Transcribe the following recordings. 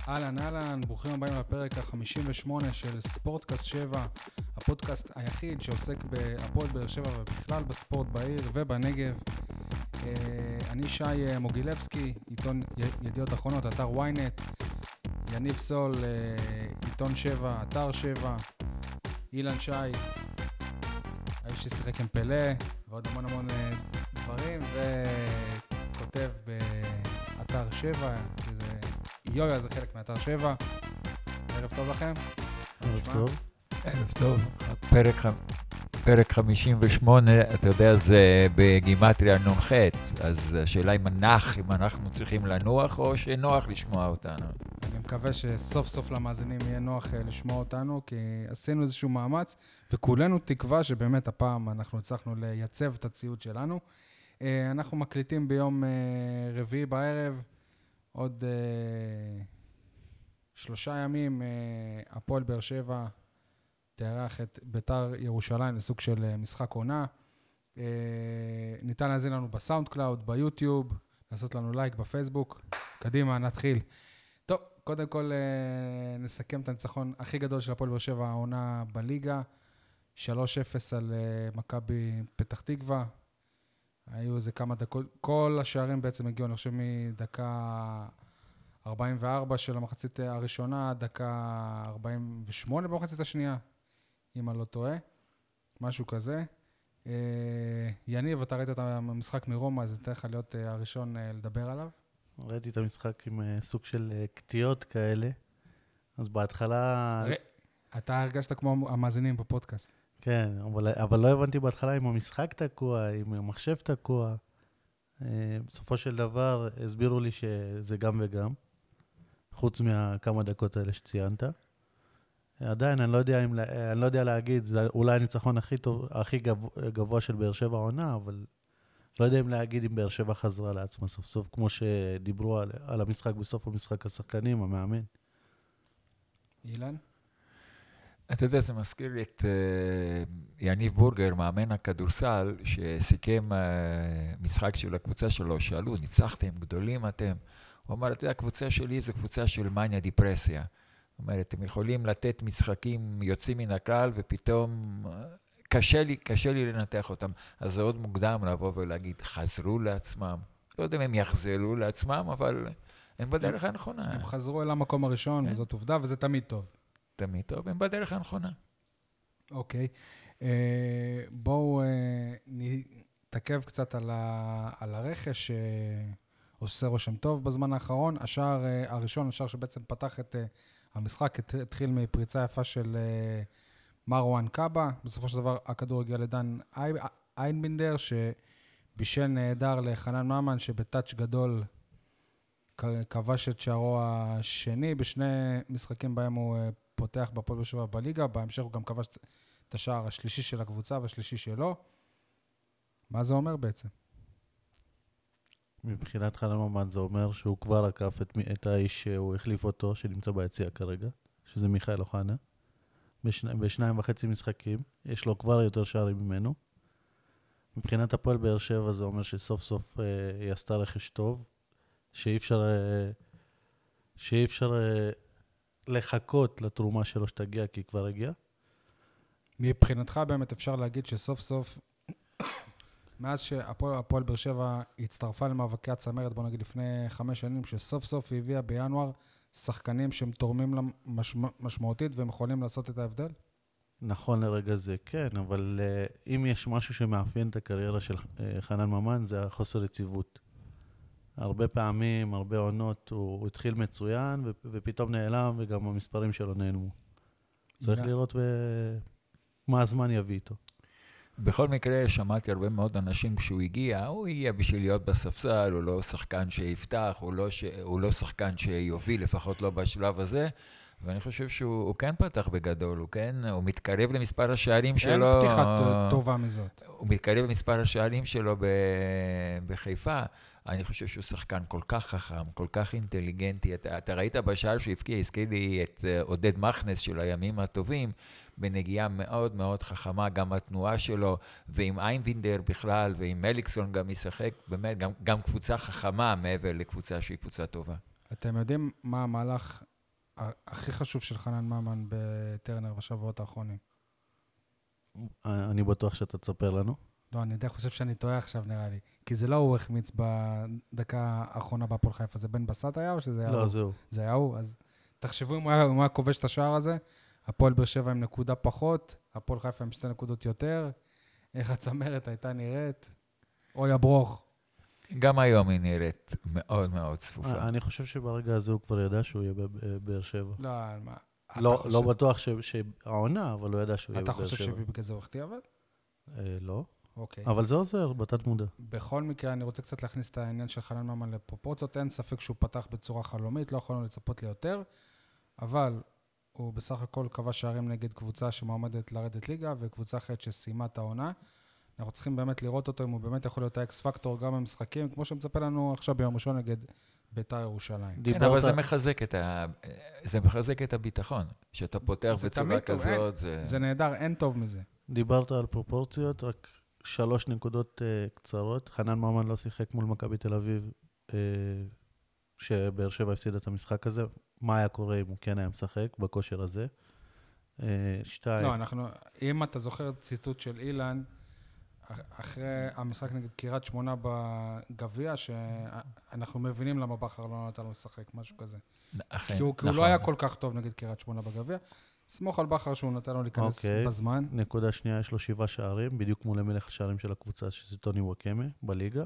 אהלן, אהלן, ברוכים הבאים לפרק ה-58 של ספורטקאסט 7, הפודקאסט היחיד שעוסק בהפועל באר שבע ובכלל בספורט בעיר ובנגב. אני שי מוגילבסקי, עיתון ידיעות אחרונות, אתר ynet, יניב סול, עיתון 7, אתר 7, אילן שי, האיש ששיחק עם פלא ועוד המון דברים, וכותב באתר 7, שזה יויה, זה חלק מאתר 7. ערב טוב לכם. ערב טוב. ערב טוב. פרק 58, אתה יודע, זה בגימטריה נ"ח, אז השאלה אם אנחנו צריכים לנוח או שנוח לשמוע אותנו. אני מקווה שסוף סוף למאזינים יהיה נוח לשמוע אותנו, כי עשינו איזשהו מאמץ, וכולנו תקווה שבאמת הפעם אנחנו הצלחנו לייצב את הציוד שלנו. אנחנו מקליטים ביום רביעי בערב, עוד 3 ימים, הפועל באר שבע תארח את בית"ר ירושלים לסוג של משחק עונה. ניתן להזין לנו בסאונד קלאוד, ביוטיוב, לעשות לנו לייק בפייסבוק. קדימה, נתחיל. טוב, קודם כל נסכם את הניצחון הכי גדול של הפועל באר שבע, העונה בליגה, 3-0 על מכבי פתח תקווה. היו איזה כמה דקות, כל השערים בעצם הגיעו, אני חושב מדקה 44 של המחצית הראשונה, דקה 48 במחצית השנייה, אם אני לא טועה, משהו כזה. יניב, אתה ראית את המשחק מרומא, אז אתה יכול להיות הראשון לדבר עליו. ראיתי את המשחק עם סוג של קטיות כאלה, אז בהתחלה... אתה הרגשת כמו המאזינים בפודקאסט. כן, אבל לא הבנתי בהתחלה אם המשחק תקוע, אם המחשב תקוע. בסופו של דבר הסבירו לי שזה גם וגם, חוץ מהכמה דקות האלה שציינת. עדיין אני לא יודע להגיד, זה אולי הניצחון הכי גבוה של באר שבע העונה, אבל לא יודע אם להגיד אם באר שבע חזרה לעצמה סוף סוף, כמו שדיברו על המשחק בסוף המשחק השחקנים, המאמן. אילן? אתה יודע, זה מזכיר לי את יניב בורגר, מאמן הכדורסל, שסיכם משחק של הקבוצה שלו, שאלו, ניצחתם, גדולים אתם. הוא אמר, אתה יודע, הקבוצה שלי זו קבוצה של מניה דיפרסיה. זאת אומרת, אתם יכולים לתת משחקים יוצאים מן הכלל, ופתאום קשה לי לנתח אותם. אז זה עוד מוקדם לבוא ולהגיד, חזרו לעצמם. לא יודע אם הם יחזרו לעצמם, אבל הם בדרך הנכונה. הם חזרו אל המקום הראשון, וזאת עובדה, וזה תמיד טוב. תמיד טוב, הם בדרך הנכונה. אוקיי. בואו נתעכב קצת על הרכש שעושה רושם טוב בזמן האחרון. השער הראשון, השער שבעצם פתח את המשחק, התחיל מפריצה יפה של מרואן קאבה. בסופו של דבר הכדור הגיע לדן איינבינדר, שבישל נהדר לחנן ממן, שבטאץ' גדול כבש את שערו השני. בשני משחקים בהם הוא פותח בהפועל באר שבע בליגה, בהמשך הוא גם כבש את השער השלישי של הקבוצה והשלישי שלו. מה זה אומר בעצם? מבחינת חנן ממן זה אומר שהוא כבר עקף את האיש שהוא החליף אותו, שנמצא ביציע כרגע, שזה מיכאל אוחנה. ב2.5 משחקים, יש לו כבר יותר שערים ממנו. מבחינת הפועל באר שבע זה אומר שסוף סוף היא עשתה רכש טוב, שאי אפשר לחכות לתרומה שלו שתגיע, כי היא כבר הגיעה. מבחינתך באמת אפשר להגיד שסוף סוף, מאז שהפועל באר שבע הצטרפה למאבקי הצמרת, בוא נגיד לפני 5 שנים, שסוף סוף היא הביאה בינואר שחקנים שהם תורמים לה משמעותית והם יכולים לעשות את ההבדל? נכון לרגע זה, כן, אבל אם יש משהו שמאפיין את הקריירה של חנן ממן, זה החוסר יציבות. הרבה פעמים, הרבה עונות, הוא התחיל מצוין, ופתאום נעלם, וגם המספרים שלו נעלמו. צריך לראות מה הזמן יביא איתו. בכל מקרה, שמעתי הרבה מאוד אנשים כשהוא הגיע בשביל להיות בספסל, הוא לא שחקן שיפתח, הוא לא שחקן שיוביל, לפחות לא בשלב הזה, ואני חושב שהוא כן פתח בגדול, הוא מתקרב למספר השערים שלו. אין פתיחה טובה מזאת. הוא מתקרב למספר השערים שלו בחיפה. אני חושב שהוא שחקן כל כך חכם, כל כך אינטליגנטי. אתה ראית בשער שהוא הפקיע, הזכיר לי את עודד מכנס של הימים הטובים, בנגיעה מאוד מאוד חכמה, גם התנועה שלו, ועם איינבינדר בכלל, ועם מליקסון גם ישחק, באמת, גם קבוצה חכמה מעבר לקבוצה שהיא קבוצה טובה. אתם יודעים מה המהלך הכי חשוב של חנן ממן בטרנר בשבועות האחרונים. אני בטוח שאתה תספר לנו. לא, אני די חושב שאני טועה עכשיו, נראה לי. כי זה לא הוא החמיץ בדקה האחרונה בהפועל חיפה, זה בן בסט היה או שזה היה הוא? לא, זהו. זה היה הוא, אז תחשבו אם הוא היה כובש את השער הזה, הפועל באר שבע עם נקודה פחות, הפועל חיפה עם 2 נקודות יותר, איך הצמרת הייתה נראית? אוי הברוך. גם היום היא נראית מאוד מאוד צפופה. אני חושב שברגע הזה הוא כבר ידע שהוא יהיה בבאר שבע. לא, על מה? לא בטוח שהעונה, אבל הוא ידע שהוא יהיה אתה בבאר חושב שבע. שבגלל זה הוא החטיא אבל? לא. אוקיי. אבל זה עוזר, בתת מודע. בכל מקרה, אני רוצה קצת להכניס את העניין של חנן ממן לפרופורציות. אין ספק שהוא פתח בצורה חלומית, לא יכולנו לצפות ליותר, אבל הוא בסך הכל קבע שערים נגד קבוצה שמועמדת לרדת ליגה, וקבוצה אחרת שסיימה את העונה. אנחנו צריכים באמת לראות אותו, אם הוא באמת יכול להיות האקס פקטור גם במשחקים, כמו שמצפה לנו עכשיו ביום ראשון נגד בית"ר ירושלים. כן, אבל זה מחזק את הביטחון. שאתה פותח בצורה כזאת, זה נהדר, אין טוב מזה. דיברת על פרופורציות, רק 3 נקודות קצרות. חנן ממן לא שיחק מול מכבי תל אביב, שבאר שבע הפסיד את המשחק הזה. מה היה קורה אם הוא כן היה משחק בכושר הזה? 2. לא, אם אתה זוכר ציטוט של אילן, אחרי המשחק נגד קריית שמונה בגביע, שאנחנו מבינים למה בכר לא נתן לו לשחק, משהו כזה. כי הוא לא היה כל כך טוב נגד קריית שמונה בגביע. סמוך על בכר שהוא נתן לו להיכנס בזמן. נקודה שנייה, יש לו 7 שערים, בדיוק מול מלך השערים של הקבוצה, שזה טוני וואקמה, בליגה.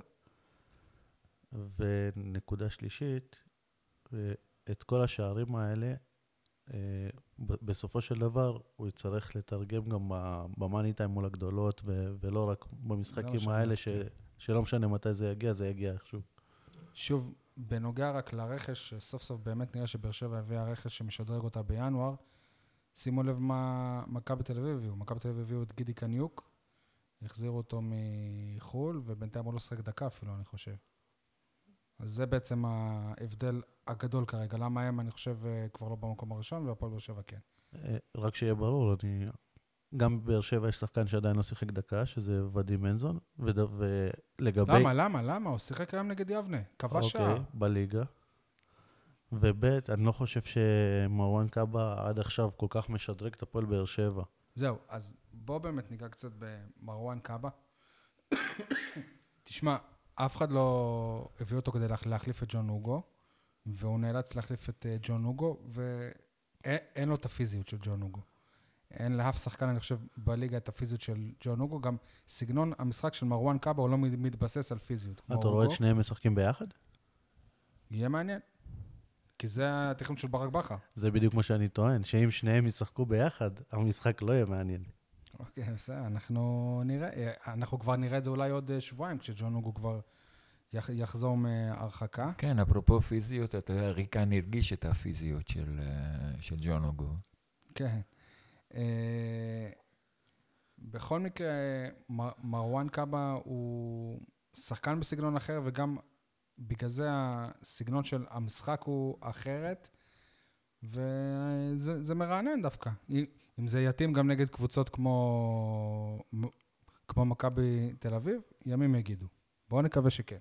ונקודה שלישית, את כל השערים האלה, בסופו של דבר, הוא יצטרך לתרגם גם במאני טיים מול הגדולות, ולא רק במשחקים האלה, שלא משנה מתי זה יגיע איכשהו. שוב, בנוגע רק לרכש, סוף סוף באמת נראה שבאר שבע הביאה רכש שמשדרג אותה בינואר. שימו לב מה מכבי תל אביב הביאו. מכבי תל אביב הביאו את גידי קניוק, החזירו אותו מחול, ובינתיים הוא לא שחק דקה אפילו, אני חושב. אז זה בעצם ההבדל הגדול כרגע. למה הם, אני חושב, כבר לא במקום הראשון, והפועל באר שבע כן. רק שיהיה ברור, גם בבאר שבע יש שחקן שעדיין לא שיחק דקה, שזה ודים מנזון, ולגבי... למה? הוא שיחק היום נגד יבנה, קבע שער. אוקיי, בליגה. ובית, אני לא חושב שמרואן קאבה עד עכשיו כל כך משדרג את הפועל באר שבע. זהו, אז בוא באמת ניגע קצת במרואן קאבה. תשמע, אף אחד לא הביא אותו כדי להחליף את ג'ון אוגו, והוא נאלץ להחליף את ג'ון אוגו, ואין לו את הפיזיות של ג'ון אוגו. אין לאף שחקן, אני חושב, בליגה את הפיזיות של ג'ון אוגו, גם סגנון המשחק של מרואן קאבה הוא לא מתבסס על פיזיות. אתה רואה את שניהם משחקים ביחד? יהיה מעניין. כי זה התכנון של ברק בכר. זה בדיוק מה שאני טוען, שאם שניהם ישחקו ביחד, המשחק לא יהיה מעניין. אוקיי, בסדר, אנחנו כבר נראה את זה אולי עוד שבועיים, כשג'ון אוגו כבר יחזור מהרחקה. כן, אפרופו פיזיות, אתה יודע, ריקן הרגיש את הפיזיות של ג'ון אוגו. כן. בכל מקרה, מרואן קאבה הוא שחקן בסגנון אחר, וגם בגלל זה הסגנון של המשחק הוא אחרת, וזה מרענן דווקא. אם זה יתאים גם נגד קבוצות כמו מכבי תל אביב, ימים יגידו. בואו נקווה שכן.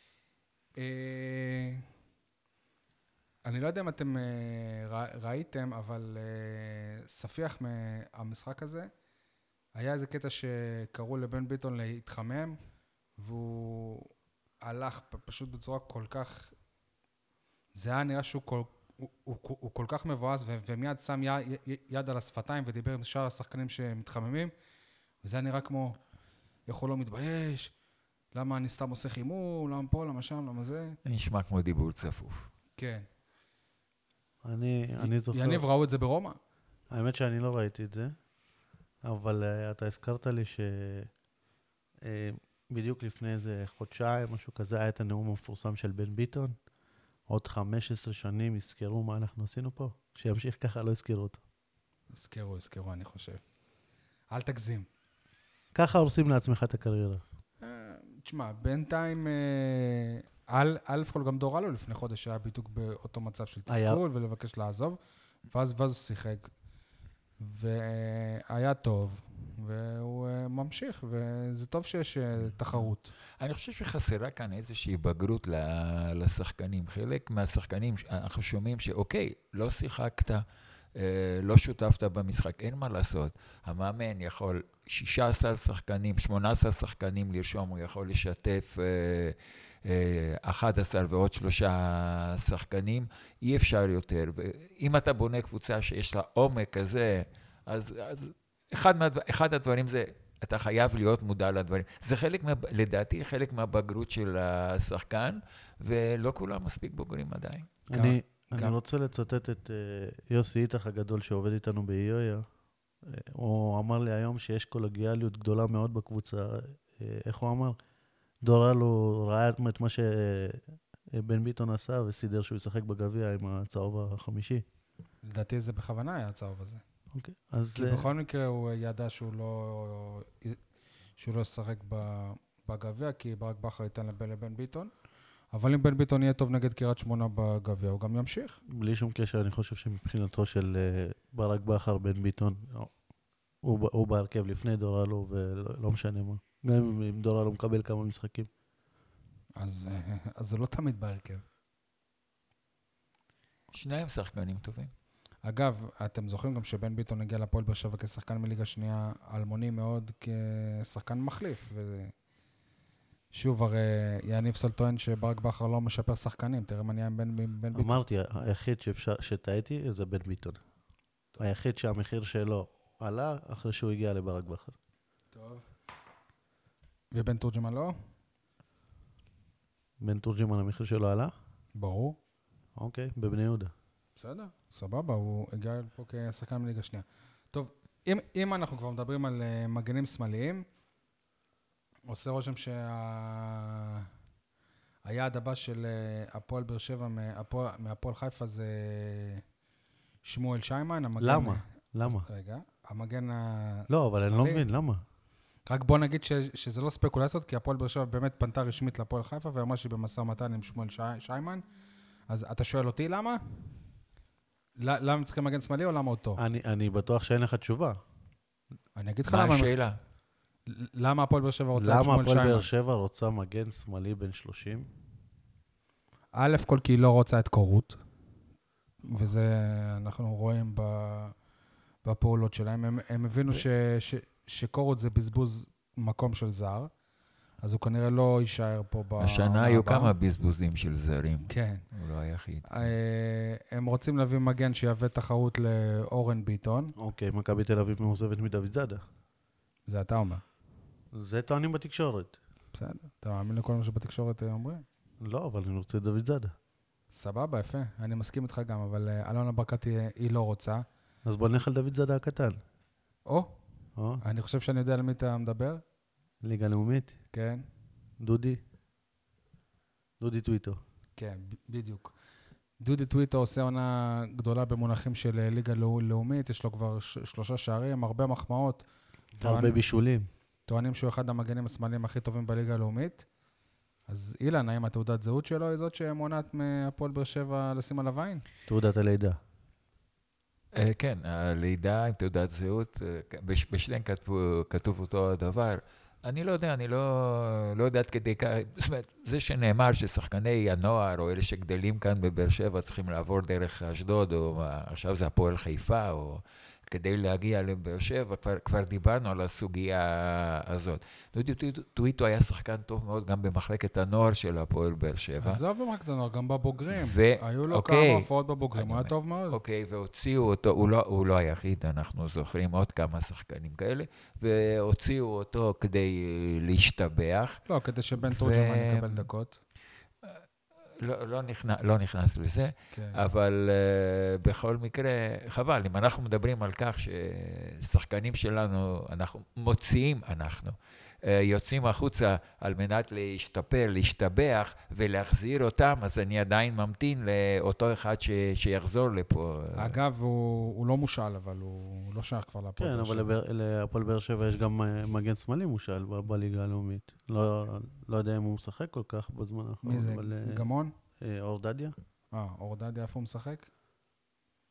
אני לא יודע אם אתם ראיתם, אבל ספיח מהמשחק הזה, היה איזה קטע שקראו לבן ביטון להתחמם, והוא הלך פשוט בצורה כל כך, זה היה נראה שהוא כל כך מבואס, ומיד שם יד על השפתיים ודיבר עם שאר השחקנים שמתחממים, וזה היה נראה כמו, יכול לא מתבייש, למה אני סתם עושה חימום, למה פה, למה שם, למה זה. זה נשמע כמו דיבור צפוף. כן. אני זוכר... יניב, ראו את זה ברומא? האמת שאני לא ראיתי את זה, אבל אתה הזכרת לי שבדיוק לפני איזה חודשיים, משהו כזה, היה את הנאום המפורסם של בן ביטון. עוד 15 שנים יזכרו מה אנחנו עשינו פה. שימשיך ככה, לא יזכרו אותו. יזכרו, אני חושב. אל תגזים. ככה הורסים לעצמך את הקריירה. תשמע, בינתיים, א' כל גם דור אלו לפני חודש היה בדיוק באותו מצב של תסכול ולבקש לעזוב, ואז הוא שיחק, והיה טוב, והוא ממשיך, וזה טוב שיש תחרות. אני חושב שחסרה כאן איזושהי בגרות לשחקנים. חלק מהשחקנים, אנחנו שומעים שאוקיי, לא שיחקת, לא שותפת במשחק, אין מה לעשות. המאמן יכול 16 שחקנים, 18 שחקנים לרשום, הוא יכול לשתף 11 ועוד 3 שחקנים, אי אפשר יותר. אם אתה בונה קבוצה שיש לה עומק כזה, אז אחד הדברים זה, אתה חייב להיות מודע לדברים. זה לדעתי, חלק מהבגרות של השחקן, ולא כולם מספיק בוגרים עדיין. אני רוצה לצטט את יוסי איתך הגדול שעובד איתנו באיויה. הוא אמר לי היום שיש קולגיאליות גדולה מאוד בקבוצה. איך הוא אמר? דורלו ראה את מה שבן ביטון עשה וסידר שהוא ישחק בגביע עם הצהוב החמישי. לדעתי זה בכוונה היה הצהוב הזה. אוקיי, אז... כי בכל מקרה הוא ידע שהוא לא ישחק בגביע, כי ברק בכר ייתן לבן ביטון. אבל אם בן ביטון יהיה טוב נגד קריית שמונה בגביע, הוא גם ימשיך. בלי שום קשר, אני חושב שמבחינתו של ברק בכר, בן ביטון, הוא בהרכב לפני דורלו, ולא משנה מה. גם אם דורלו מקבל כמה משחקים. אז זה לא תמיד בהרכב. שניהם שחקנים טובים. אגב, אתם זוכרים גם שבן ביטון הגיע לפועל באר שבע כשחקן מליגה שנייה, אלמוני מאוד כשחקן מחליף. שוב, הרי יניב סול טוען שברק בכר לא משפר שחקנים. תראה מה נהיה עם בן ביטון. אמרתי, היחיד שטעיתי זה בן ביטון. היחיד שהמחיר שלו עלה אחרי שהוא הגיע לברק בכר. טוב. ובן תורג'מן לא? בן תורג'מן המחיר שלו עלה? ברור. אוקיי, בבני יהודה. בסדר, סבבה, הוא הגיע פה כשחקן מליגה שנייה. טוב, אם אנחנו כבר מדברים על מגנים שמאליים, עושה רושם שהיעד הבא של הפועל באר שבע מהפועל חיפה זה שמואל שיימן. למה? רגע, המגן השמאלי. לא, אבל אני לא מבין, למה? רק בוא נגיד שזה לא ספקולציות, כי הפועל באר שבע באמת פנתה רשמית לפועל חיפה, ואמרה שהיא במשא ומתן עם שמואל שיימן. אז אתה שואל אותי למה? למה צריכים מגן שמאלי או למה אותו? אני בטוח שאין לך תשובה. אני אגיד לך מה למה. השאלה? למה הפועל באר שבע רוצה את שמואל למה שיימן? הפועל באר שבע רוצה מגן שמאלי בן 30? א' כל כי היא לא רוצה את קורות, וזה אנחנו רואים בפעולות שלהם. הם הבינו שקורות זה בזבוז מקום של זר, אז הוא כנראה לא יישאר פה השנה היו כמה בזבוזים של זרים. כן. הוא לא היחיד. הם רוצים להביא מגן שיהווה תחרות לאורן ביטון. אוקיי, מכבי תל אביב מאוכזבת מדוד זאדה. זה אתה אומר. זה טוענים בתקשורת. בסדר. אתה מאמין לכל מה שבתקשורת אומרים? לא, אבל אני רוצה דוד זאדה. סבבה, יפה. אני מסכים איתך גם, אבל אלונה ברקת היא לא רוצה. אז בוא נלך על דוד זאדה הקטן. אני חושב שאני יודע על מי אתה מדבר. ליגה לאומית? כן. דודי טוויטו. כן, בדיוק. דודי טוויטו עושה עונה גדולה במונחים של ליגה לאומית, יש לו כבר 3 שערים, הרבה מחמאות. הרבה בישולים. טוענים שהוא אחד המגנים השמאליים הכי טובים בליגה הלאומית. אז אילן, האם התעודת זהות שלו היא זאת שמונעת מהפועל באר שבע לשים עליו עין? תעודת הלידה. כן, הלידה עם תעודת זהות, בשניהם כתוב אותו הדבר. אני לא יודע, אני לא יודע עד כדי כך, זאת אומרת, זה שנאמר ששחקני הנוער או אלה שגדלים כאן בבאר שבע צריכים לעבור דרך אשדוד, או עכשיו זה הפועל חיפה, או כדי להגיע לבאר שבע, כבר דיברנו על הסוגיה הזאת. דודי טוויטו היה שחקן טוב מאוד גם במחלקת הנוער של הפועל באר שבע. עזוב במחלקת הנוער, גם בבוגרים. היו לו אוקיי, כמה הופעות בבוגרים, הוא היה טוב מאוד. אוקיי, והוציאו אותו, הוא לא היחיד, אנחנו זוכרים עוד כמה שחקנים כאלה, והוציאו אותו כדי להשתבח. לא, כדי שבן תורג'מן יקבל דקות. לא נכנס לזה, כן. אבל בכל מקרה, חבל, אם אנחנו מדברים על כך ששחקנים שלנו, אנחנו מוציאים, יוצאים החוצה על מנת להשתפר, להשתבח ולהחזיר אותם, אז אני עדיין ממתין לאותו אחד שיחזור לפה. אגב, הוא לא מושאל, אבל הוא לא שייך כבר להפועל באר שבע. כן, אבל להפועל באר שבע יש גם מגן שמאלי מושאל בליגה הלאומית. לא יודע אם הוא משחק כל כך בזמן האחרון. מי זה? גמון? אורדדיה. אורדדיה, איפה הוא משחק?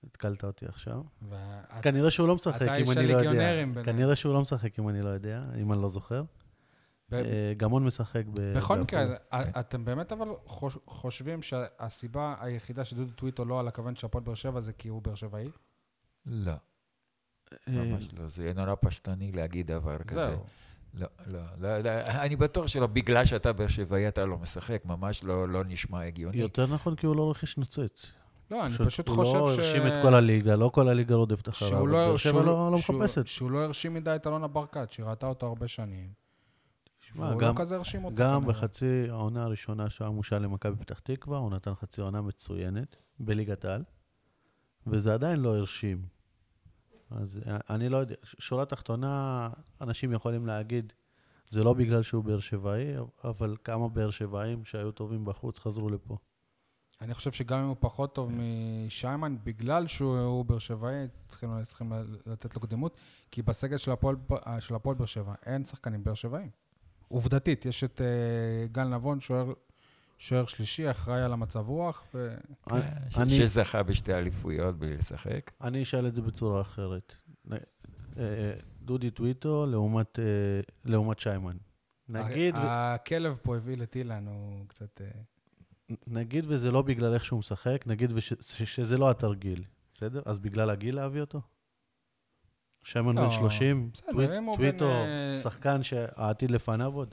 התקלת אותי עכשיו. ואת- כנראה שהוא לא משחק, אתה אם איש אני לא יודע. הליגיונרים ביניהם. כנראה שהוא לא משחק, אם אני לא יודע, אם אני לא זוכר. גמון משחק בכל מקרה, בעפולה. אתם באמת אבל חושבים שהסיבה היחידה שדודו טוויטו לא על הכוון של הפועל באר שבע זה כי הוא באר שבעי? לא, ממש לא. זה יהיה נורא פשטני להגיד דבר כזה. זהו. לא, אני בטוח שלא, בגלל שאתה באר שבעי אתה לא משחק, ממש לא נשמע הגיוני. יותר נכון, כי הוא לא רכיש נוצץ. לא, אני פשוט הוא חושב לא הרשים את כל הליגה, לא כל הליגה רודפת אחריו. שהוא אז באר שבע לא שהוא- מחפשת. שהוא לא הרשים מדי את אלונה ברקת, שהיא ראתה אותו הרבה שנים. שמע, והוא לא כזה הרשים אותו. גם כנראה. בחצי העונה הראשונה שהיה מושל למכבי פתח תקווה, הוא נתן חצי עונה מצוינת בליגת העל, וזה עדיין לא הרשים. אז אני לא יודע, שורה תחתונה, אנשים יכולים להגיד, זה לא בגלל שהוא באר שבעי, אבל כמה באר שבעים שהיו טובים בחוץ חזרו לפה. אני חושב שגם אם הוא פחות טוב משיימן, בגלל שהוא באר שבעי, צריכים לתת לו קדימות, כי בסגל של הפועל באר שבע אין שחקנים באר שבעים. עובדתית, יש את גל נבון, שוער שלישי, אחראי על המצב רוח. שזכה בשתי אליפויות בלי לשחק. אני אשאל את זה בצורה אחרת. דודי טוויטו לעומת שיימן. נגיד... הכלב פה הביא לתילן, הוא קצת... נגיד וזה לא בגלל איך שהוא משחק, נגיד שזה לא התרגיל, בסדר? אז בגלל הגיל להביא אותו? שיימן בן 30, טוויטו, שחקן שהעתיד לפניו עוד.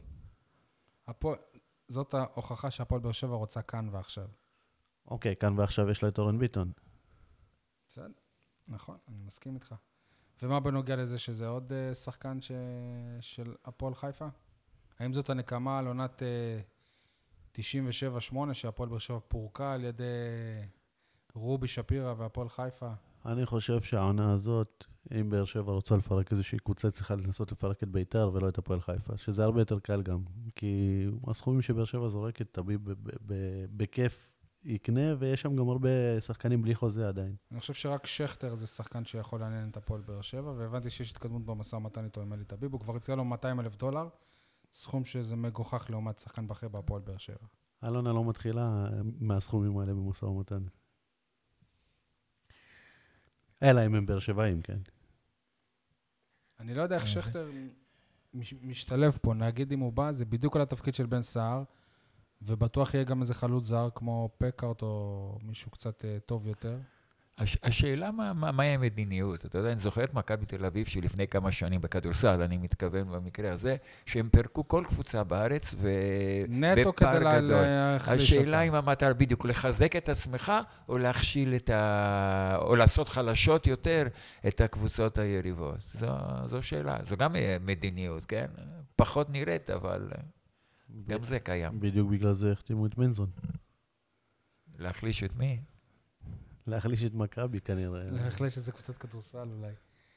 זאת ההוכחה שהפועל באר שבע רוצה כאן ועכשיו. אוקיי, כאן ועכשיו יש לה את אורן ביטון. בסדר, נכון, אני מסכים איתך. ומה בנוגע לזה שזה עוד שחקן של הפועל חיפה? האם זאת הנקמה על עונת 97-8 שהפועל באר שבע פורקה על ידי רובי שפירא והפועל חיפה? אני חושב שהעונה הזאת, אם באר שבע רוצה לפרק איזושהי קבוצה, צריכה לנסות לפרק את ביתר ולא את הפועל חיפה, שזה הרבה יותר קל גם, כי הסכומים שבאר שבע זורקת, תביא בכיף יקנה, ויש שם גם הרבה שחקנים בלי חוזה עדיין. אני חושב שרק שכטר זה שחקן שיכול לעניין את הפועל באר שבע, והבנתי שיש התקדמות במשא ומתן איתו עם אלי טביב, הוא כבר הציע לו $200,000, סכום שזה מגוחך לעומת שחקן בכיר בהפועל באר שבע. אלונה לא מתחילה מהסכומים האלה במשא ומתן. אלא אם הם באר שבעים, כן. אני לא יודע איך שכטר משתלב פה, נגיד אם הוא בא, זה בדיוק על התפקיד של בן סער, ובטוח יהיה גם איזה חלוץ זר כמו פקארט או מישהו קצת טוב יותר. השאלה מהי המדיניות? אתה יודע, אני זוכר את מכבי תל אביב שלפני כמה שנים בכדורסל, אני מתכוון במקרה הזה, שהם פרקו כל קבוצה בארץ נטו כדי להחליש אותה. השאלה אם המטרה בדיוק לחזק את עצמך או להכשיל או לעשות חלשות יותר את הקבוצות היריבות. זו שאלה, זו גם מדיניות, כן? פחות נראית, אבל גם זה קיים. בדיוק בגלל זה החתימו את בנזון. להחליש את מי? להחליש את מכבי כנראה. להחליש איזה קבוצת כדורסל אולי.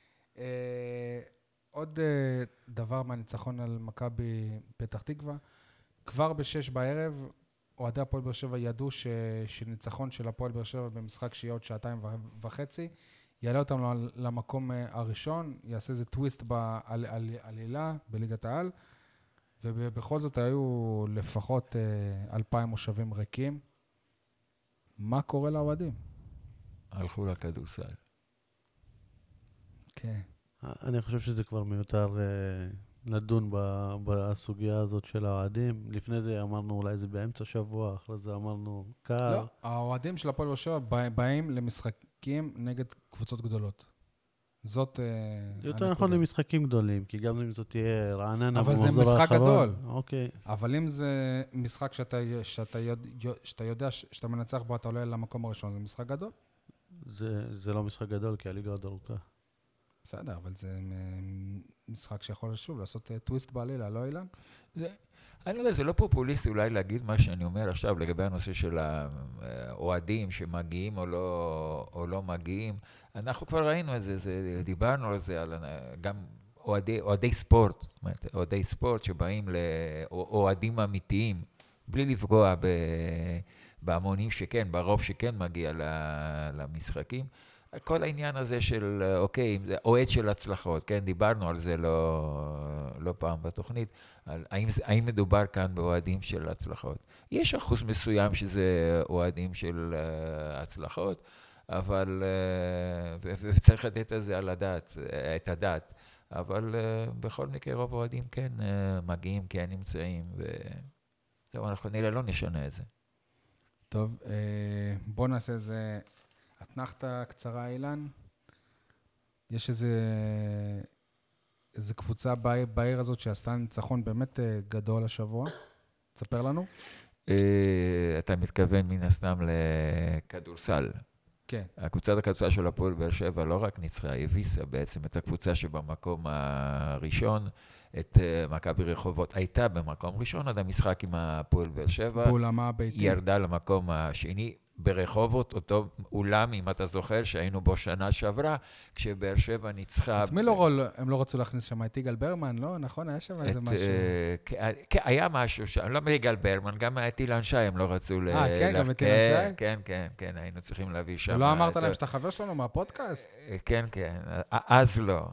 עוד דבר מהניצחון על מכבי פתח תקווה, כבר ב-6 בערב, אוהדי הפועל באר שבע ידעו שניצחון של הפועל באר שבע במשחק שיהיה עוד 2.5 יעלה אותם למקום הראשון, יעשה איזה טוויסט בעלילה בליגת העל, ובכל זאת היו לפחות 2,000 מושבים ריקים. מה קורה לאוהדים? הלכו לכדורסל. כן. אני חושב שזה כבר מיותר לדון בסוגיה הזאת של האוהדים. לפני זה אמרנו אולי זה באמצע שבוע, אחרי זה אמרנו קר. לא, האוהדים של הפועל באר שבע באים למשחקים נגד קבוצות גדולות. זאת יותר נכון למשחקים גדולים, כי גם אם זאת תהיה רעננה אבל זה במחזור משחק האחרון. גדול. אוקיי. אבל אם זה משחק שאתה יודע שאתה מנצח בו, אתה עולה למקום הראשון, זה משחק גדול? זה לא משחק גדול, כי הליגה עוד ארוכה. בסדר, אבל זה משחק שיכול שוב לעשות טוויסט בעלילה, לא אילן? אני לא יודע, זה לא פופוליסטי אולי להגיד מה שאני אומר עכשיו לגבי הנושא של האוהדים שמגיעים או לא מגיעים. אנחנו כבר ראינו את זה, דיברנו על זה, גם אוהדי ספורט, זאת אומרת, אוהדי ספורט שבאים לאוהדים אמיתיים, בלי לפגוע בהמונים שכן, ברוב שכן מגיע למשחקים. כל העניין הזה של, אוקיי, אוהד של הצלחות, כן, דיברנו על זה לא פעם בתוכנית, האם מדובר כאן באוהדים של הצלחות. יש אחוז מסוים שזה אוהדים של הצלחות, אבל אבל, וצריך לתת על זה את הדעת. אבל בכל מקרה רוב האוהדים כן מגיעים, כן נמצאים, וזהו, אנחנו נראה, לא נשנה את זה. טוב, בוא נעשה איזה אתנחתה קצרה, אילן. יש איזה קבוצה בעיר הזאת שעשתה ניצחון באמת גדול השבוע. תספר לנו. אתה מתכוון מן הסתם לכדורסל. כן. הקבוצת הכדורסל של הפועל באר שבע לא רק ניצחה, היא הביסה בעצם את הקבוצה שבמקום הראשון, את מכבי רחובות, הייתה במקום ראשון עד המשחק עם הפועל באר שבע. באולמה הביתי. ירדה למקום השני ברחובות, אותו אולם, אם אתה זוכר, שהיינו בו שנה שעברה, כשבאר שבע ניצחה... את מי הם לא רצו להכניס שם? את יגאל ברמן, לא? נכון? היה שם איזה משהו. כן, היה משהו שם, לא מיגאל ברמן, גם את אילן שי הם לא רצו... כן, גם את אילן שי? כן, היינו צריכים להביא שם... ולא אמרת להם שאתה חבר שלנו מהפודקאסט? כן, אז לא.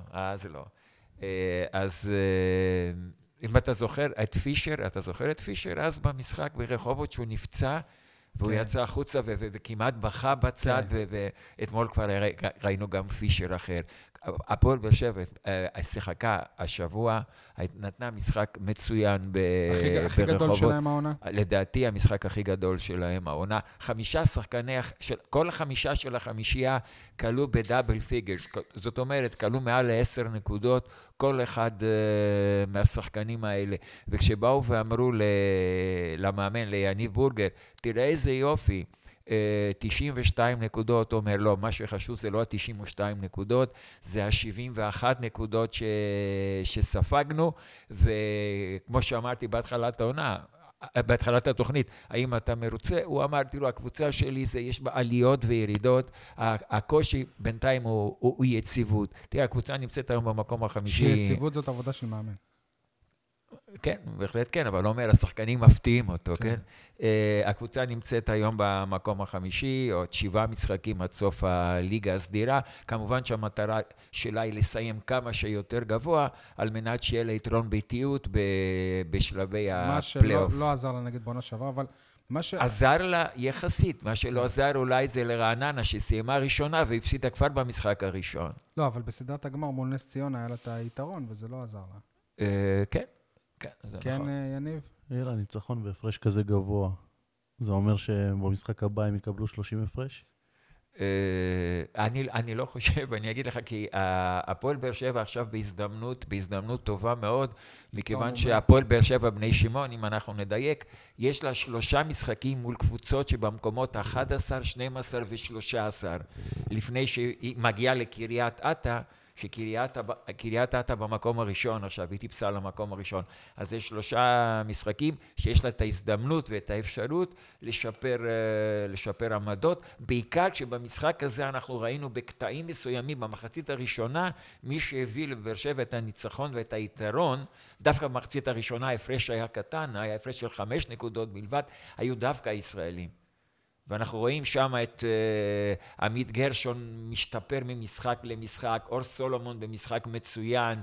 אז אם אתה זוכר את פישר, אז במשחק ברחובות שהוא נפצע, והוא יצא החוצה וכמעט בכה בצד, ואתמול כבר ראינו גם פישר אחר. הפועל באר שבע שיחקה השבוע, נתנה משחק מצוין ברחובות. הכי גדול שלהם העונה? לדעתי המשחק הכי גדול שלהם העונה. 5 שחקני, כל 5 של החמישייה קלו בדאבל פיגרס, זאת אומרת, קלו מעל 10 נקודות, כל אחד מהשחקנים האלה. וכשבאו ואמרו למאמן, ליניב בורגר, תראה איזה יופי, 92 נקודות, אומר לא, מה שחשוב זה לא ה-92 נקודות, זה ה-71 נקודות שספגנו, וכמו שאמרתי בהתחלת התוכנית, האם אתה מרוצה? הוא אמר, תראו, הקבוצה שלי יש בה עליות וירידות, הקושי בינתיים הוא יציבות. תראה, הקבוצה נמצאת היום במקום החמישי. שיציבות זאת עבודה של מאמן. כן, בהחלט כן, אבל לא אומר, השחקנים מפתיעים אותו, כן? הקבוצה נמצאת היום במקום החמישי, עוד 7 משחקים עד סוף הליגה הסדירה. כמובן שהמטרה שלה היא לסיים כמה שיותר גבוה, על מנת שיהיה לה יתרון ביתיות בשלבי הפלייאוף. מה שלא עזר לה נגד בעונה שעברה, אבל עזר לה יחסית, מה שלא עזר אולי זה לרעננה, שסיימה ראשונה והפסידה כבר במשחק הראשון. לא, אבל בסדרת הגמר מול נס ציונה היה לה את היתרון, וזה לא עזר לה. כן. כן, יניב? יאללה, ניצחון בהפרש כזה גבוה. זה אומר שבמשחק הבא הם יקבלו 30 הפרש? אני לא חושב, אני אגיד לך, כי הפועל באר שבע עכשיו בהזדמנות טובה מאוד, מכיוון שהפועל באר שבע בני שמעון, אם אנחנו נדייק, יש לה 3 משחקים מול קבוצות שבמקומות 11, 12 ו-13, לפני שהיא מגיעה לקריית אתא, שקריית אתא במקום הראשון, עכשיו היא טיפסה למקום הראשון, אז יש 3 משחקים שיש לה את ההזדמנות ואת האפשרות לשפר עמדות, בעיקר שבמשחק הזה אנחנו ראינו בקטעים מסוימים, במחצית הראשונה, מי שהביא לבאר שבע את הניצחון ואת היתרון, דווקא במחצית הראשונה ההפרש היה קטן, היה הפרש של 5 נקודות בלבד, היו דווקא הישראלים. ואנחנו רואים שם את עמית גרשון משתפר ממשחק למשחק, אור סולומון במשחק מצוין,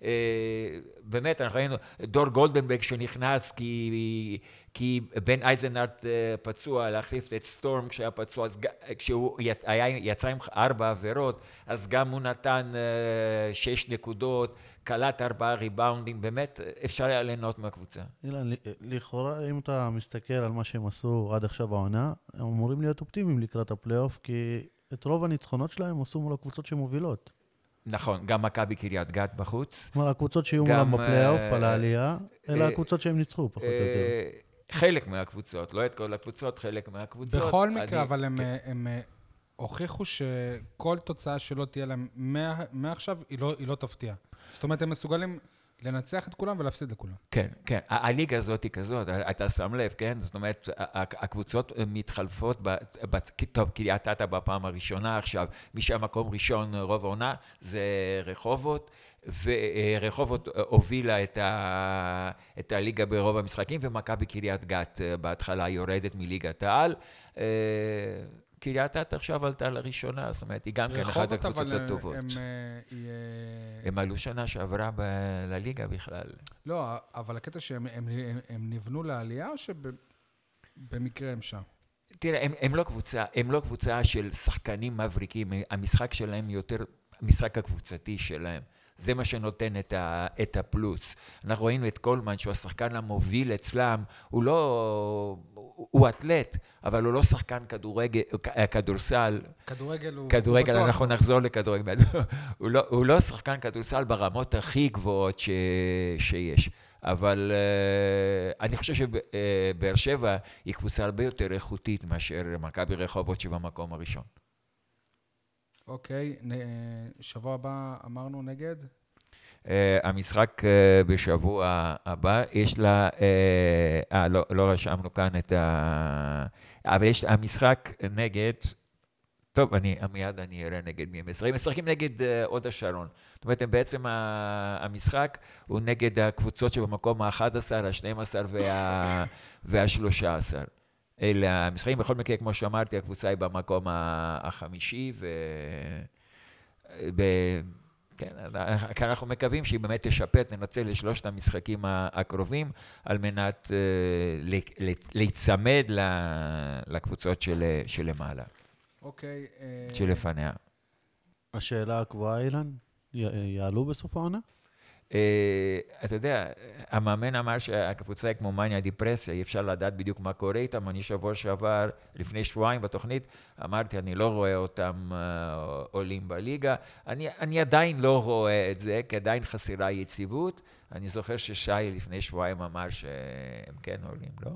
באמת אנחנו ראינו דור גולדנברג שנכנס כי בן אייזנארט פצוע להחליף את סטורם כשהיה פצוע, אז כשהוא יצא עם 4 עבירות, אז גם הוא נתן 6 נקודות, קלט 4 ריבאונדים, באמת אפשר היה ליהנות מהקבוצה. אילן, לכאורה, אם אתה מסתכל על מה שהם עשו עד עכשיו העונה, הם אמורים להיות אופטימיים לקראת הפלייאוף, כי את רוב הניצחונות שלהם עשו מול הקבוצות שמובילות. נכון, גם מכבי קריית גת בחוץ. זאת אומרת, הקבוצות שיהיו מולם בפלייאוף על העלייה, אלא הקבוצות שהם ניצחו, פחות או יותר. חלק מהקבוצות, לא את כל הקבוצות, חלק מהקבוצות. בכל מקרה, אבל הם הוכיחו שכל תוצאה שלא תהיה להם מעכשיו, היא לא תפתיע. זאת אומרת, הם מסוגלים לנצח את כולם ולהפסיד לכולם. כן, כן. הליגה הזאת היא כזאת, אתה שם לב, כן? זאת אומרת, הקבוצות מתחלפות, טוב, קריית אתא בפעם הראשונה עכשיו, מי שהמקום ראשון רוב העונה זה רחובות, ורחובות הובילה את הליגה ברוב המשחקים, ומכבי קריית גת בהתחלה יורדת מליגת העל. קריית אתא עכשיו עלתה לראשונה, זאת אומרת, היא גם כן אחת הקבוצות הטובות. הם עלו שנה שעברה לליגה בכלל. לא, אבל הקטע שהם נבנו לעלייה, או שבמקרה הם שם? תראה, הם לא קבוצה של שחקנים מבריקים, המשחק שלהם יותר, המשחק הקבוצתי שלהם. זה מה שנותן את הפלוס. אנחנו ראינו את קולמן, שהוא השחקן המוביל אצלם, הוא אתלט, אבל הוא לא שחקן כדורסל. כדורגל, אנחנו נחזור לכדורגל. הוא לא שחקן כדורסל ברמות הכי גבוהות שיש. אבל אני חושב שבאר שבע היא קבוצה הרבה יותר איכותית מאשר מכבי רחובות שבמקום הראשון. אוקיי, שבוע הבא אמרנו נגד? המשחק בשבוע הבא, יש לה, לא רשמנו כאן את אבל יש המשחק נגד, טוב, מיד אני אראה נגד מי הם משחקים נגד הוד השרון. זאת אומרת, בעצם המשחק הוא נגד הקבוצות שבמקום ה-11, ה-12 וה-13. אלה המשחקים, בכל מקרה, כמו שאמרתי, הקבוצה היא במקום החמישי, כן, אנחנו מקווים שהיא באמת תשפר, תנצל לשלושת המשחקים הקרובים, על מנת להיצמד לקבוצות שלמעלה. אוקיי. שלפניה. השאלה הקבועה, אילן, יעלו בסוף העונה? אתה יודע, המאמן אמר שהקבוצה היא כמו מניה דיפרסיה, אי אפשר לדעת בדיוק מה קורה איתם. אני שבוע שעבר, לפני שבועיים בתוכנית, אמרתי, אני לא רואה אותם עולים בליגה. אני עדיין לא רואה את זה, כי עדיין חסרה יציבות. אני זוכר ששי לפני שבועיים אמר שהם כן עולים, לא?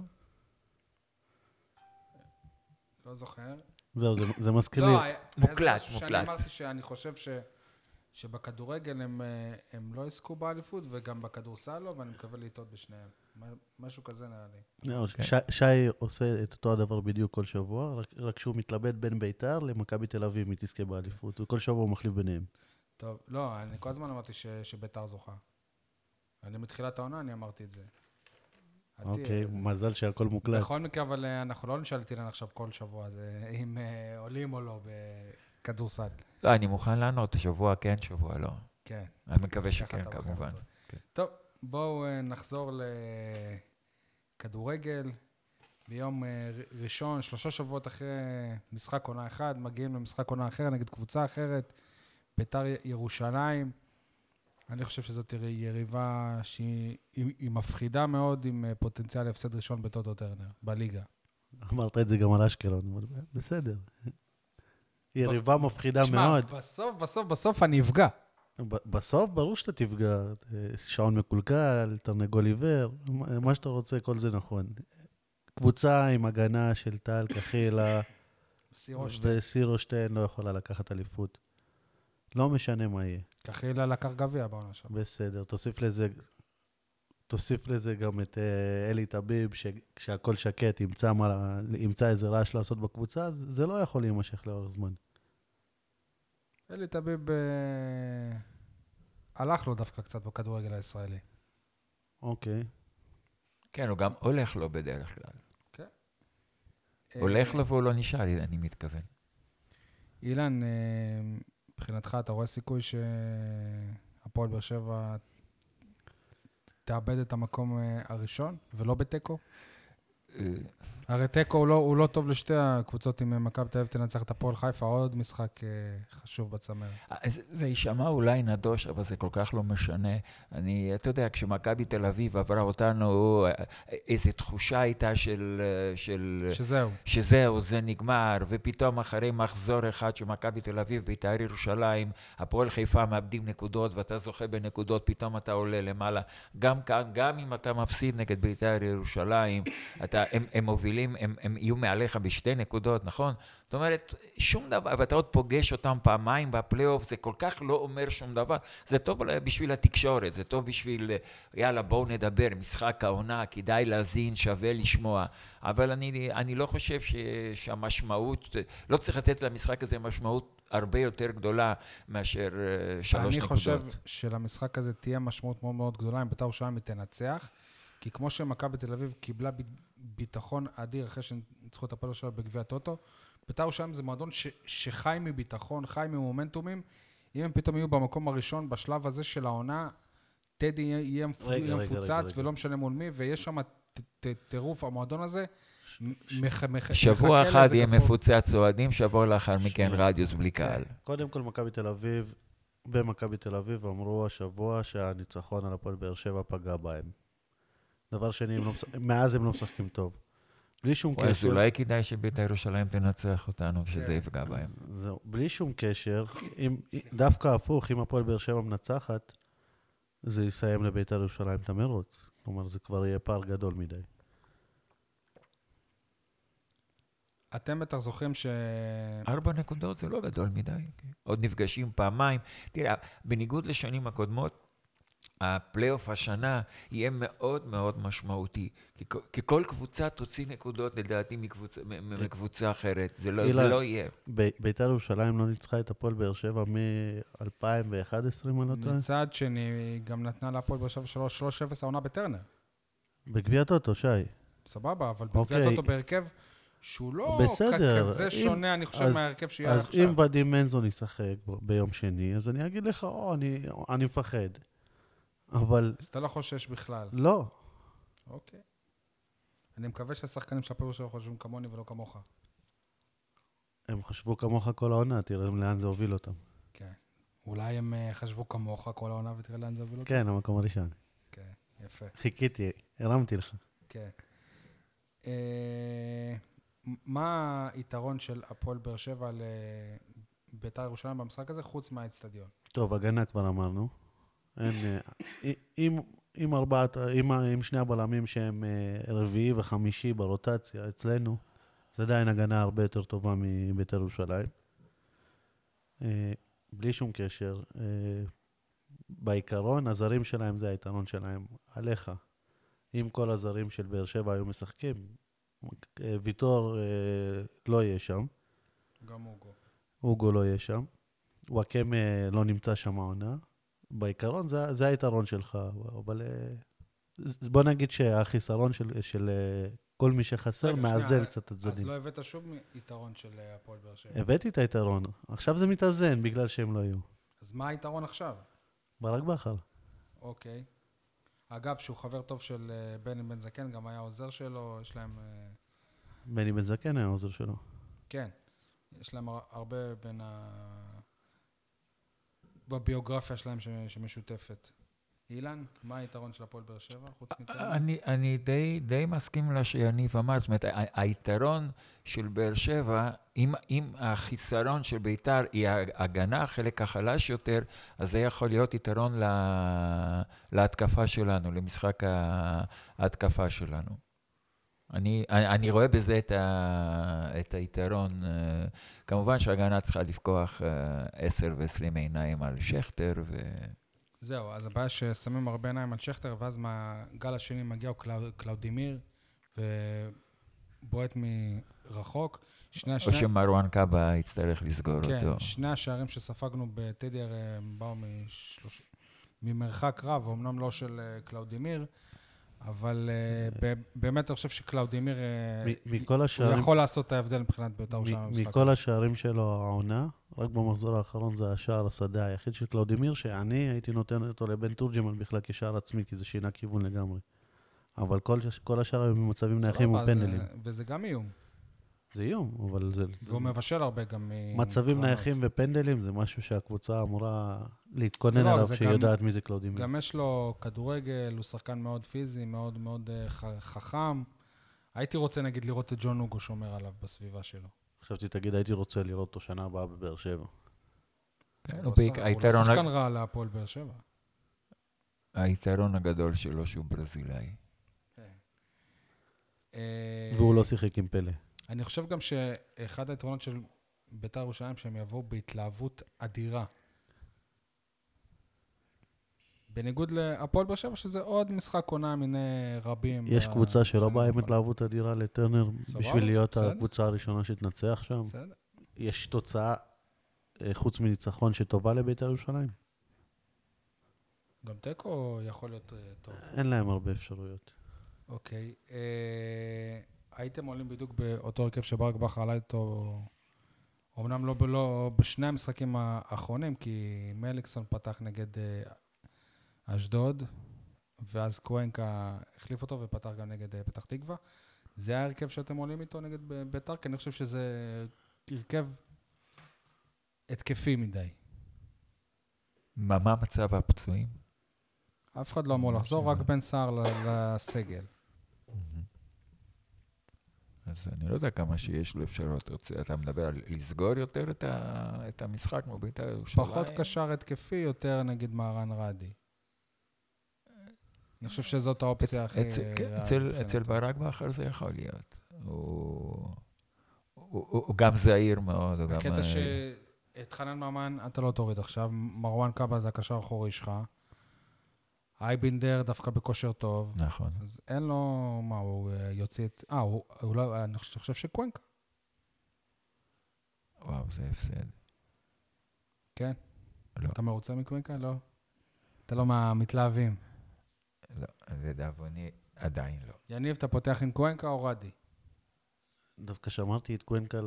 לא זוכר. זהו, זה מזכיר לי. מוקלט. שאני אמרתי שאני חושב שבכדורגל הם לא עסקו באליפות, וגם בכדורסל לא, ואני מקווה לטעות בשניהם. משהו כזה נראה לי. שי עושה את אותו הדבר בדיוק כל שבוע, רק שהוא מתלבט בין ביתר למכבי תל אביב מתעסקה באליפות, וכל שבוע הוא מחליף ביניהם. טוב, לא, אני כל הזמן אמרתי שביתר זוכה. אני מתחילת העונה, אני אמרתי את זה. אוקיי, מזל שהכל מוקלט. בכל מקרה, אבל אנחנו לא נשאל את אילן עכשיו כל שבוע, אם עולים או לא בכדורסל. לא, אני מוכן לענות, שבוע כן, שבוע לא. כן. אני מקווה שכן, כמובן. טוב, בואו נחזור לכדורגל. ביום ראשון, 3 שבועות אחרי משחק עונה אחד, מגיעים למשחק עונה אחר נגד קבוצה אחרת, ביתר ירושלים. אני חושב שזאת יריבה שהיא מפחידה מאוד, עם פוטנציאל הפסד ראשון בטוטו טרנר, בליגה. אמרת את זה גם על אשקלון, בסדר. יריבה מפחידה מאוד. בסוף אני אפגע. בסוף ברור שאתה תפגע. שעון מקולקל, תרנגול עיוור, מה שאתה רוצה, כל זה נכון. קבוצה עם הגנה של טל, כחילה, וסירושטיין לא יכולה לקחת אליפות. לא משנה מה יהיה. כחילה לקח גביע בעונה שם. בסדר, תוסיף לזה גם את אלי טביב, כשהכל שקט, ימצא איזה רעש לעשות בקבוצה, זה לא יכול להימשך לאורך זמן. אלי טביב הלך לו דווקא קצת בכדורגל הישראלי. אוקיי. כן, הוא גם הולך לו בדרך כלל. כן. הולך לו והוא לא נשאר, אני מתכוון. אילן, מבחינתך אתה רואה סיכוי שהפועל באר שבע תאבד את המקום הראשון ולא בטקו? הרי טקו הוא לא טוב לשתי הקבוצות, אם מכבי תל אביב תנצח את הפועל חיפה, עוד משחק חשוב בצמרת. זה יישמע אולי נדוש, אבל זה כל כך לא משנה. אתה יודע, כשמכבי תל אביב עברה אותנו, איזו תחושה הייתה שזהו, זה נגמר, ופתאום אחרי מחזור אחד שמכבי תל אביב בית"ר ירושלים, הפועל חיפה מאבדים נקודות, ואתה זוכה בנקודות, פתאום אתה עולה למעלה. גם כאן, גם אם אתה מפסיד נגד בית"ר ירושלים, הם מובילים, הם יהיו מעליך בשתי נקודות, נכון? זאת אומרת, שום דבר, ואתה עוד פוגש אותם פעמיים בפלייאוף, זה כל כך לא אומר שום דבר. זה טוב בשביל התקשורת, זה טוב בשביל, יאללה, בואו נדבר, משחק העונה, כדאי להזין, שווה לשמוע. אבל אני לא חושב שהמשמעות, לא צריך לתת למשחק הזה משמעות הרבה יותר גדולה מאשר 3 נקודות. אני חושב שלמשחק הזה תהיה משמעות מאוד מאוד גדולה, אם בית"ר ירושלים תנצח, כי כמו שמכבי תל אביב קיבלה ביטחון אדיר אחרי שניצחו את הפועל שלה בגביע הטוטו, בית"ר ירושלים זה מועדון שחי מביטחון, חי ממומנטומים. אם הם פתאום יהיו במקום הראשון בשלב הזה של העונה, טדי יהיה מפוצץ ולא משנה מול מי, ויש שם טירוף המועדון הזה. שבוע מחכה אחד לזה יהיה גפור. מפוצץ אוהדים, שבוע לאחר מכן שנייה. רדיוס בלי קהל. קודם כל, מכבי תל אביב, במכבי תל אביב אמרו השבוע שהניצחון על הפועל באר שבע פגע בהם. דבר שני, מאז הם לא משחקים טוב. בלי שום אז קשר, אולי כדאי שבית"ר ירושלים תנצח אותנו, ושזה יפגע בהם. זהו, בלי שום קשר, דווקא הפוך, אם הפועל באר שבע מנצחת, זה יסיים לבית"ר ירושלים את המרוץ. כלומר, זה כבר יהיה פער גדול מדי. אתם בטח זוכרים 4 נקודות זה לא גדול מדי. עוד נפגשים פעמיים. תראה, בניגוד לשנים הקודמות, הפלייאוף השנה יהיה מאוד מאוד משמעותי. כי כל קבוצה תוציא נקודות, לדעתי, מקבוצה אחרת. זה לא יהיה. בית"ר ירושלים לא ניצחה את הפועל באר שבע מ-2011, אם אני לא טועה. מצד שני גם נתנה להפועל באר שבע 3-0 העונה בטרנר. בגביע טוטו, שי. סבבה, אבל אוקיי. בגביע טוטו בהרכב שהוא לא בסדר. כזה שונה, אני חושב, מההרכב שיהיה אז עכשיו. אם ודים מנזון ישחק ביום שני, אז אני אגיד לך, אני מפחד. אבל אז אתה לא חושש בכלל. לא. אוקיי. אני מקווה שהשחקנים של הפועל באר שבע חושבים כמוני ולא כמוך. הם חשבו כמוך כל העונה, תראה לאן זה הוביל אותם. כן. אולי הם חשבו כמוך כל העונה ותראה לאן זה הוביל אותם. כן, המקום הראשון. כן, יפה. חיכיתי, הרמתי לך. כן. מה היתרון של הפועל באר שבע לבית"ר ירושלים במשחק הזה, חוץ מהאצטדיון? טוב, הגנה כבר אמרנו. עם שני הבלמים שהם רביעי וחמישי ברוטציה אצלנו, זה עדיין הגנה הרבה יותר טובה מבית"ר ירושלים. בלי שום קשר. בעיקרון, הזרים שלהם זה היתרון שלהם עליך. אם כל הזרים של באר שבע היו משחקים, ויטור לא יהיה שם. גם אוגו. אוגו לא יהיה שם. וואקם לא נמצא שם העונה. בעיקרון זה היתרון שלך, אבל בוא נגיד שהחיסרון של כל מי שחסר מאזן קצת את הצדדים. אז לא הבאת שום יתרון של הפועל באר שבע. הבאתי את היתרון. עכשיו זה מתאזן בגלל שהם לא יהיו. אז מה היתרון עכשיו? ברק בכר. אוקיי. אגב, שהוא חבר טוב של בני בן זקן, גם היה עוזר שלו, יש להם... בני בן זקן היה עוזר שלו. כן. יש להם הרבה בין בביוגרפיה שלהם שמשותפת. אילן, מה היתרון של הפועל באר שבע? חוץ מטרנר? אני די מסכים לה שיניב אמר, זאת אומרת, היתרון של באר שבע, אם החיסרון של בית"ר היא הגנה, החלק החלש יותר, אז זה יכול להיות יתרון להתקפה שלנו, למשחק ההתקפה שלנו. אני רואה בזה את היתרון. כמובן שההגנה צריכה לפקוח 10 ו-20 עיניים על שכטר זהו, אז הבעיה ששמים הרבה עיניים על שכטר, ואז מהגל השני מגיע קלאודימיר, ובועט מרחוק. או שמרואן קאבה יצטרך לסגור אותו. כן, שני השערים שספגנו בטדי הם באו ממרחק רב, אמנם לא של קלאודימיר, אבל באמת אני חושב שקלאודימיר הוא יכול לעשות את ההבדל מבחינת בית"ר ירושלים במשחק. מכל השערים שלו העונה, רק במחזור האחרון זה השער השדה היחיד של קלאודימיר, שאני הייתי נותן אותו לבן תורג'מן בכלל כשער עצמי, כי זה שינה כיוון לגמרי. אבל כל השאר היו במצבים נייחים ופנדלים. וזה גם איום. זה איום, אבל זה... והוא מבשל הרבה גם... מצבים נייחים ופנדלים זה משהו שהקבוצה אמורה להתכונן עליו, שהיא יודעת מי זה קלאודימיר. גם יש לו כדורגל, הוא שחקן מאוד פיזי, מאוד מאוד חכם. הייתי רוצה נגיד לראות את ג'ון אוגו שומר עליו בסביבה שלו. חשבתי, תגיד, הייתי רוצה לראות אותו שנה הבאה בבאר שבע. הוא לא שחקן רע להפועל באר שבע. היתרון הגדול שלו שהוא ברזילאי. והוא לא שיחק עם פלא. אני חושב גם שאחד היתרונות של בית"ר ירושלים שהם יבואו בהתלהבות אדירה. בניגוד להפועל באר שבע, שזה עוד משחק עונה מיני רבים. יש קבוצה שלא באה עם התלהבות אדירה לטרנר בשביל להיות הקבוצה הראשונה שתנצח שם. יש תוצאה חוץ מניצחון שטובה לבית"ר ירושלים? גם תיקו יכול להיות טוב. אין להם הרבה אפשרויות. אוקיי. הייתם עולים בדיוק באותו הרכב שברק בכר עלה איתו, אמנם לא בשני המשחקים האחרונים, כי מליקסון פתח נגד אשדוד, ואז קוונקה החליף אותו ופתח גם נגד פתח תקווה. זה ההרכב שאתם עולים איתו נגד בית"ר? כי אני חושב שזה הרכב התקפי מדי. מה מצב הפצועים? אף אחד לא אמור לחזור, רק בן סער לסגל. אז אני לא יודע כמה שיש לו אפשרות. אתה מדבר על לסגור יותר את המשחק כמו בית"ר ירושלים? פחות קשר התקפי, יותר נגיד מהרן רדי. אני חושב שזאת האופציה הכי... אצל ברק בכר זה יכול להיות. הוא גם זהיר מאוד. הקטע שאת חנן ממן אתה לא תוריד עכשיו, מרואן קאבה זה הקשר האחורי שלך. אייבינדר דווקא בכושר טוב. נכון. אז אין לו, מה, הוא יוציא את... הוא לא, אני חושב שקוונקה. וואו, זה הפסד. כן? לא. אתה מרוצה מקוונקה? לא. אתה לא מהמתלהבים. לא, לדאבוני עדיין לא. יניב, אתה פותח עם קוונקה או רדי? דווקא שמרתי את קוונקה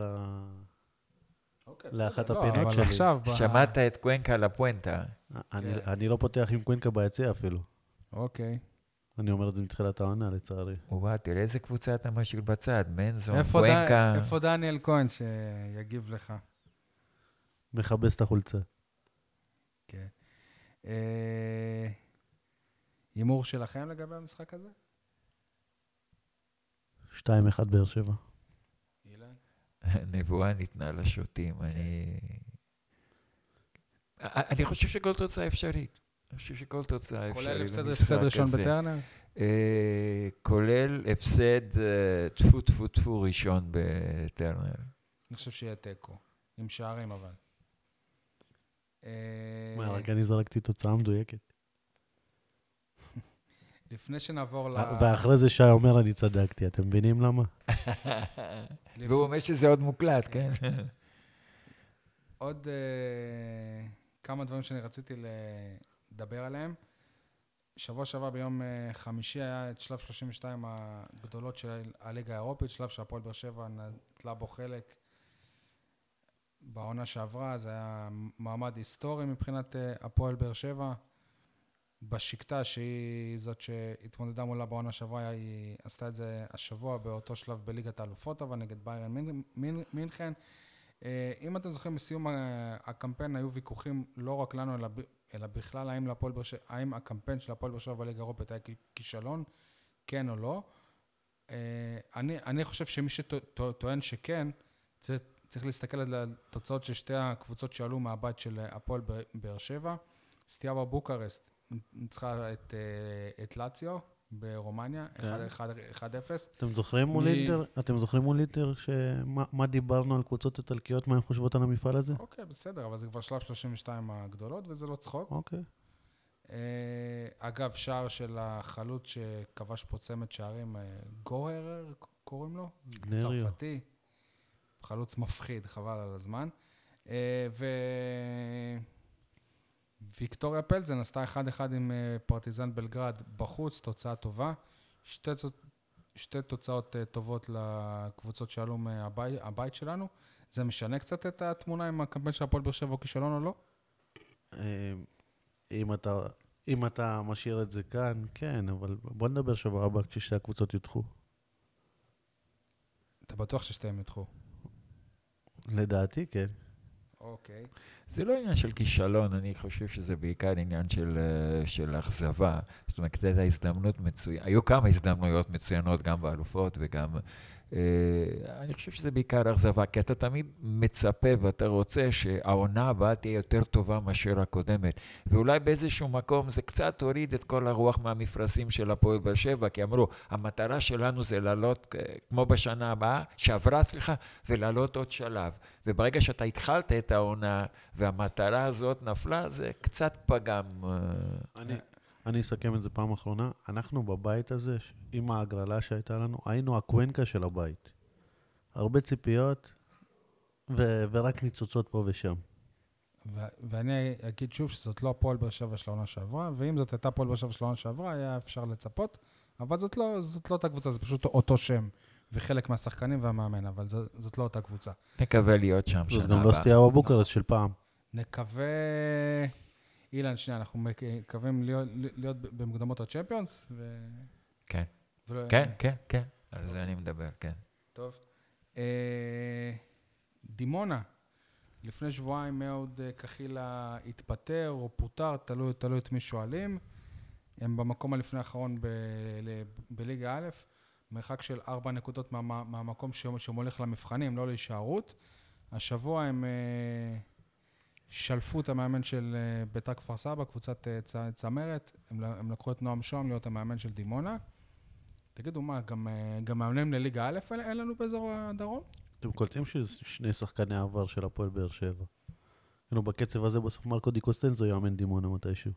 לאחת לא, הפינות אבל שלי. עכשיו... שמעת את קוונקה לפואנטה. אני לא פותח עם קוונקה ביציע אפילו. אוקיי. אני אומר את זה מתחילת העונה, לצערי. וואו, תראה איזה קבוצה אתה משאיר בצד. מנזון, איפה קוונקה. איפה דניאל כהן שיגיב לך? מכבס את החולצה. כן. הימור שלכם לגבי המשחק הזה? 2-1 באר שבע. אילן? נבואה ניתנה לשוטים. אני חושב שכל תוצאה אפשרית. אני חושב שכל תוצאה אפשרית במשחק הזה. כולל הפסד ראשון בטרנר? כולל הפסד טפו טפו טפו ראשון בטרנר. אני חושב שיהיה תיקו. עם שערים אבל. רק אני זרקתי תוצאה מדויקת. לפני שנעבור ואחרי זה שי אומר אני צדקתי, אתם מבינים למה? והוא אומר שזה עוד מוקלט, כן? עוד כמה דברים שאני רציתי לדבר עליהם. שבוע שעבר ביום חמישי היה את שלב 32 הגדולות של הליגה האירופית, שלב שהפועל באר שבע נטלה בו חלק בעונה שעברה, זה היה מעמד היסטורי מבחינת הפועל באר שבע. בשקטה שהיא זאת שהתמודדה מולה בעונה שעברה, היא עשתה את זה השבוע באותו שלב בליגת האלופות, אבל נגד ביירן מינכן. אם אתם זוכרים, בסיום הקמפיין היו ויכוחים לא רק לנו, אלא בכלל האם הקמפיין של הפועל באר שבע בליגה האירופית היה כישלון, כן או לא. אני חושב שמי שטוען שכן, צריך להסתכל על התוצאות של שתי הקבוצות שעלו מהבית של הפועל באר שבע. סטיאבה בוקרסט ניצחה את לאציו ברומניה, 1-0. אתם זוכרים מול אינטר מה דיברנו על קבוצות איטלקיות, מה הן חושבות על המפעל הזה? אוקיי, בסדר, אבל זה כבר שלב 32 הגדולות, וזה לא צחוק. אוקיי. אגב, שער של החלוץ שכבש פה צמד שערים, גורר, קוראים לו? נריו. צרפתי. חלוץ מפחיד, חבל על הזמן. ויקטוריה פלזן עשתה 1-1 עם פרטיזן בלגרד בחוץ, תוצאה טובה. שתי תוצאות טובות לקבוצות שעלו מהבית שלנו. זה משנה קצת את התמונה עם הקמפיין של הפועל באר שבע או כישלון או לא? אם אתה משאיר את זה כאן, כן, אבל בוא נדבר שבוע הבא כששתי הקבוצות יותחו. אתה בטוח ששתיהם יותחו? לדעתי, כן. אוקיי. זה לא עניין של כישלון, אני חושב שזה בעיקר עניין של אכזבה. זאת אומרת, הייתה הזדמנות מצוינת, היו כמה הזדמנויות מצוינות גם באלופות וגם... אני חושב שזה בעיקר אכזבה, כי אתה תמיד מצפה ואתה רוצה שהעונה הבאה תהיה יותר טובה מאשר הקודמת. ואולי באיזשהו מקום זה קצת הוריד את כל הרוח מהמפרשים של הפועל באר שבע, כי אמרו, המטרה שלנו זה לעלות כמו בשנה הבאה, שעברה סליחה, ולעלות עוד שלב. וברגע שאתה התחלת את העונה והמטרה הזאת נפלה, זה קצת פגם. אני אסכם את זה פעם אחרונה. אנחנו בבית הזה, עם ההגרלה שהייתה לנו, היינו הקוונקה של הבית. הרבה ציפיות, ורק ניצוצות פה ושם. ואני אגיד שוב שזאת לא הפועל באר שבע של העונה שעברה, ואם זאת הייתה הפועל באר שבע של העונה שעברה, היה אפשר לצפות, אבל זאת לא אותה קבוצה, זה פשוט אותו שם, וחלק מהשחקנים והמאמן, אבל זאת לא אותה קבוצה. נקווה להיות שם שנה הבאה. זאת גם לא סטייה בבוקרסט של פעם. נקווה... אילן, שנייה, אנחנו מקווים להיות במקדמות הצ'מפיונס? כן, כן, כן, כן. על זה אני מדבר, כן. טוב. דימונה, לפני שבועיים מאוד קחילה התפטר או פוטר, תלוי את מי שואלים. הם במקום הלפני האחרון בליגה א', מרחק של 4 נקודות מהמקום שמולך למבחנים, לא להישארות. השבוע הם שלפו את המאמן של בית"ר כפר סבא, קבוצת צמרת, הם לקחו את נועם שום להיות המאמן של דימונה. תגידו מה, גם מאמנים לליגה א' אין לנו באזור הדרום? אתם קולטים ששני שחקני העבר של הפועל באר שבע. כאילו בקצב הזה בסוף מרקו די קוסטנזו יאמן דימונה מתישהו.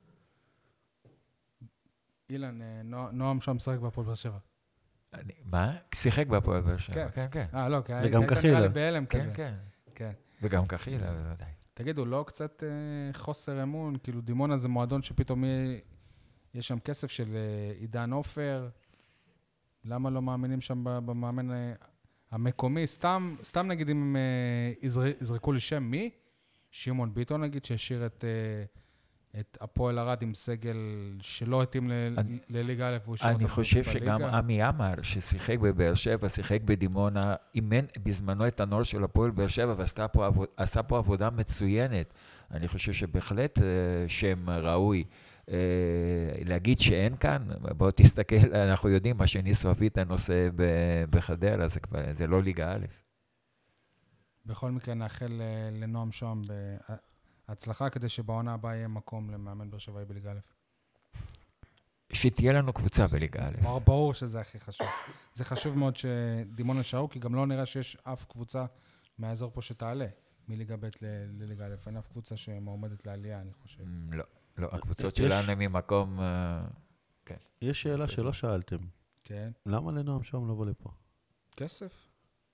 אילן, נועם שם משחק בהפועל באר שבע. מה? שיחק בהפועל באר שבע, כן, כן. לא, וגם קחילה. נראה לי בהלם כזה. כן, כן. כן. וגם קחילה, בוודאי. תגידו, לא קצת חוסר אמון? כאילו דימונה זה מועדון שפתאום יש שם כסף של עידן עופר. למה לא מאמינים שם במאמן המקומי? סתם נגיד אם יזרקו לי שם מי? שמעון ביטון נגיד שהשאיר את הפועל ערד עם סגל שלא התאים לליגה א' והוא השאיר אותו אני חושב בליגה. שגם עמי עמר, ששיחק בבאר שבע, שיחק בדימונה, אימן בזמנו את הנוער של הפועל באר שבע ועשה פה עבודה מצוינת. אני חושב שבהחלט שם ראוי. להגיד שאין כאן, בוא תסתכל, אנחנו יודעים מה שניסו אביטן עושה בחדרה, זה לא ליגה א'. בכל מקרה נאחל לנועם שום בהצלחה, כדי שבעונה הבאה יהיה מקום למאמן באר שבעי בליגה א'. שתהיה לנו קבוצה בליגה א'. ברור שזה הכי חשוב. זה חשוב מאוד שדימונה נשארו, כי גם לא נראה שיש אף קבוצה מהאזור פה שתעלה מליגה ב' לליגה א'. אין אף קבוצה שמועמדת לעלייה, אני חושב. לא, הקבוצות שלנו הם ממקום... כן. יש שאלה שלא שאלתם. כן. למה לנועם שום לבוא לפה? כסף.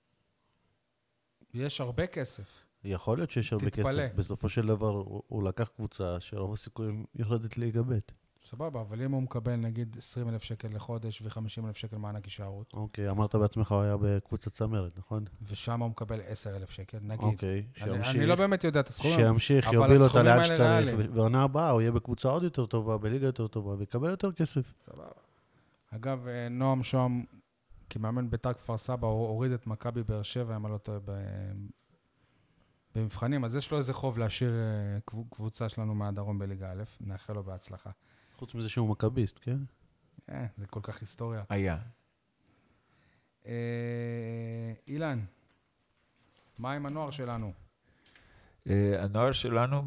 יש הרבה כסף. יכול להיות שיש הרבה תתפלא. כסף. בסופו של דבר הוא לקח קבוצה שרוב הסיכויים יורדת ליגה ב'. סבבה, אבל אם הוא מקבל נגיד 20,000 שקל לחודש ו50,000 שקל מענק הישארות. אוקיי, אמרת בעצמך הוא היה בקבוצת צמרת, נכון? ושם הוא מקבל 10,000 שקל, נגיד. אוקיי, אני לא באמת יודע את הסכומים. שימשיך, אבל יוביל אותה הסכומים לאן האלה שצריך, ריאליים. ועונה הבאה הוא יהיה בקבוצה עוד יותר טובה, בליגה יותר טובה, ויקבל יותר כסף. סבבה. אגב, נועם שום, כמאמן בית"ר כפר סבא, הוריד את מכבי באר שבע, אם אני לא טועה, במבחנים. אז יש לו איזה חוב להשאיר קבוצה שלנו מהדרום בליגה א', נאחל לו בהצלחה. חוץ מזה שהוא מכביסט, כן? זה כל כך היסטוריה. היה. אילן, מה עם הנוער שלנו? הנוער שלנו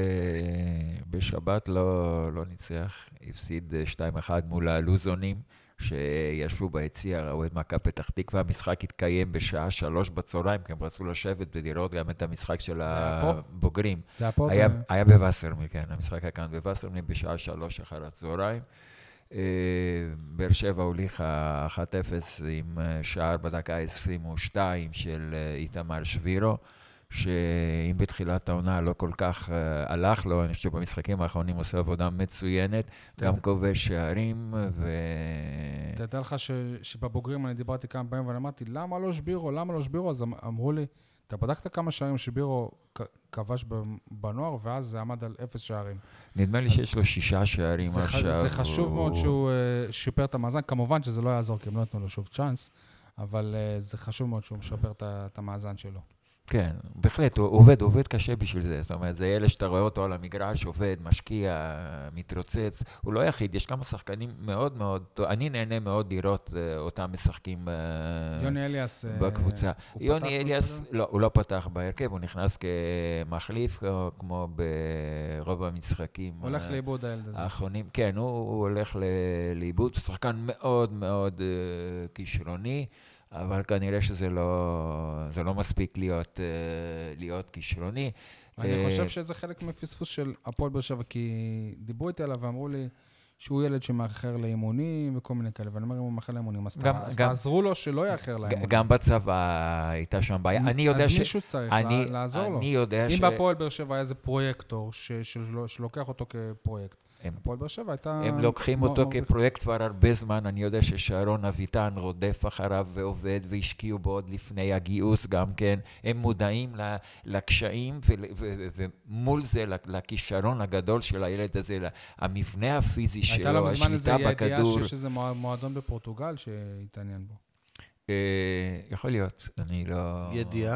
בשבת לא ניצח, הפסיד 2-1 מול הלוזונים שישבו ביציע, ראו את מכבי פתח תקווה. המשחק התקיים בשעה 3 בצהריים, כי הם רצו לשבת ולראות גם את המשחק של הבוגרים. זה היה פה? היה בווסרמיל, כן, המשחק היה כאן בווסרמיל בשעה 3 אחר הצהריים. באר שבע הוליכה 1-0 עם שער בדקה 22 של איתמר שבירו, שאם בתחילת העונה לא כל כך הלך לו, אני חושב שבמשחקים האחרונים עושה עבודה מצוינת, גם כובש שערים תדע לך שבבוגרים אני דיברתי כמה פעמים ואני אמרתי, למה לא שבירו? אז אמרו לי, אתה בדקת כמה שערים שבירו כבש בנוער, ואז זה עמד על 0 שערים. נדמה לי שיש לו 6 שערים עכשיו. זה חשוב מאוד שהוא שיפר את המאזן, כמובן שזה לא יעזור, כי הם לא נתנו לו שוב צ'אנס, אבל זה חשוב מאוד שהוא משפר את המאזן שלו. כן, בהחלט, הוא עובד קשה בשביל זה. זאת אומרת, זה אלה שאתה רואה אותו על המגרש, עובד, משקיע, מתרוצץ. הוא לא יחיד, יש כמה שחקנים מאוד מאוד, אני נהנה מאוד לראות אותם משחקים יוני אליאס בקבוצה. יוני אליאס, לא, הוא לא פתח בהרכב, הוא נכנס כמחליף, כמו ברוב המשחקים. הולך לאיבוד הילד הזה. האחרונים, כן, הוא הולך לאיבוד, הוא שחקן מאוד מאוד כישרוני. אבל כנראה שזה לא מספיק להיות כישרוני. אני חושב שזה חלק מפספוס של הפועל באר שבע, כי דיברו איתי עליו ואמרו לי שהוא ילד שמאחר לאימונים וכל מיני כאלה, ואני אומר, אם הוא מאחר לאימונים, אז תעזרו לו שלא יאחר לאימונים. גם בצבא הייתה שם בעיה. אז מישהו צריך לעזור לו. אני יודע אם בהפועל באר שבע היה איזה פרויקטור שלוקח אותו כפרויקט, הפועל באר שבע הייתה... הם לוקחים אותו כפרויקט כבר הרבה זמן, אני יודע ששרון אביטן רודף אחריו ועובד והשקיעו בו עוד לפני הגיוס גם כן, הם מודעים לקשיים ומול זה לכישרון הגדול של הילד הזה, המבנה הפיזי שלו, הייתה לו בזמן איזה השליטה ידיעה בכדור. שיש איזה מועדון בפורטוגל שהתעניין בו. יכול להיות, אני לא... ידיעה?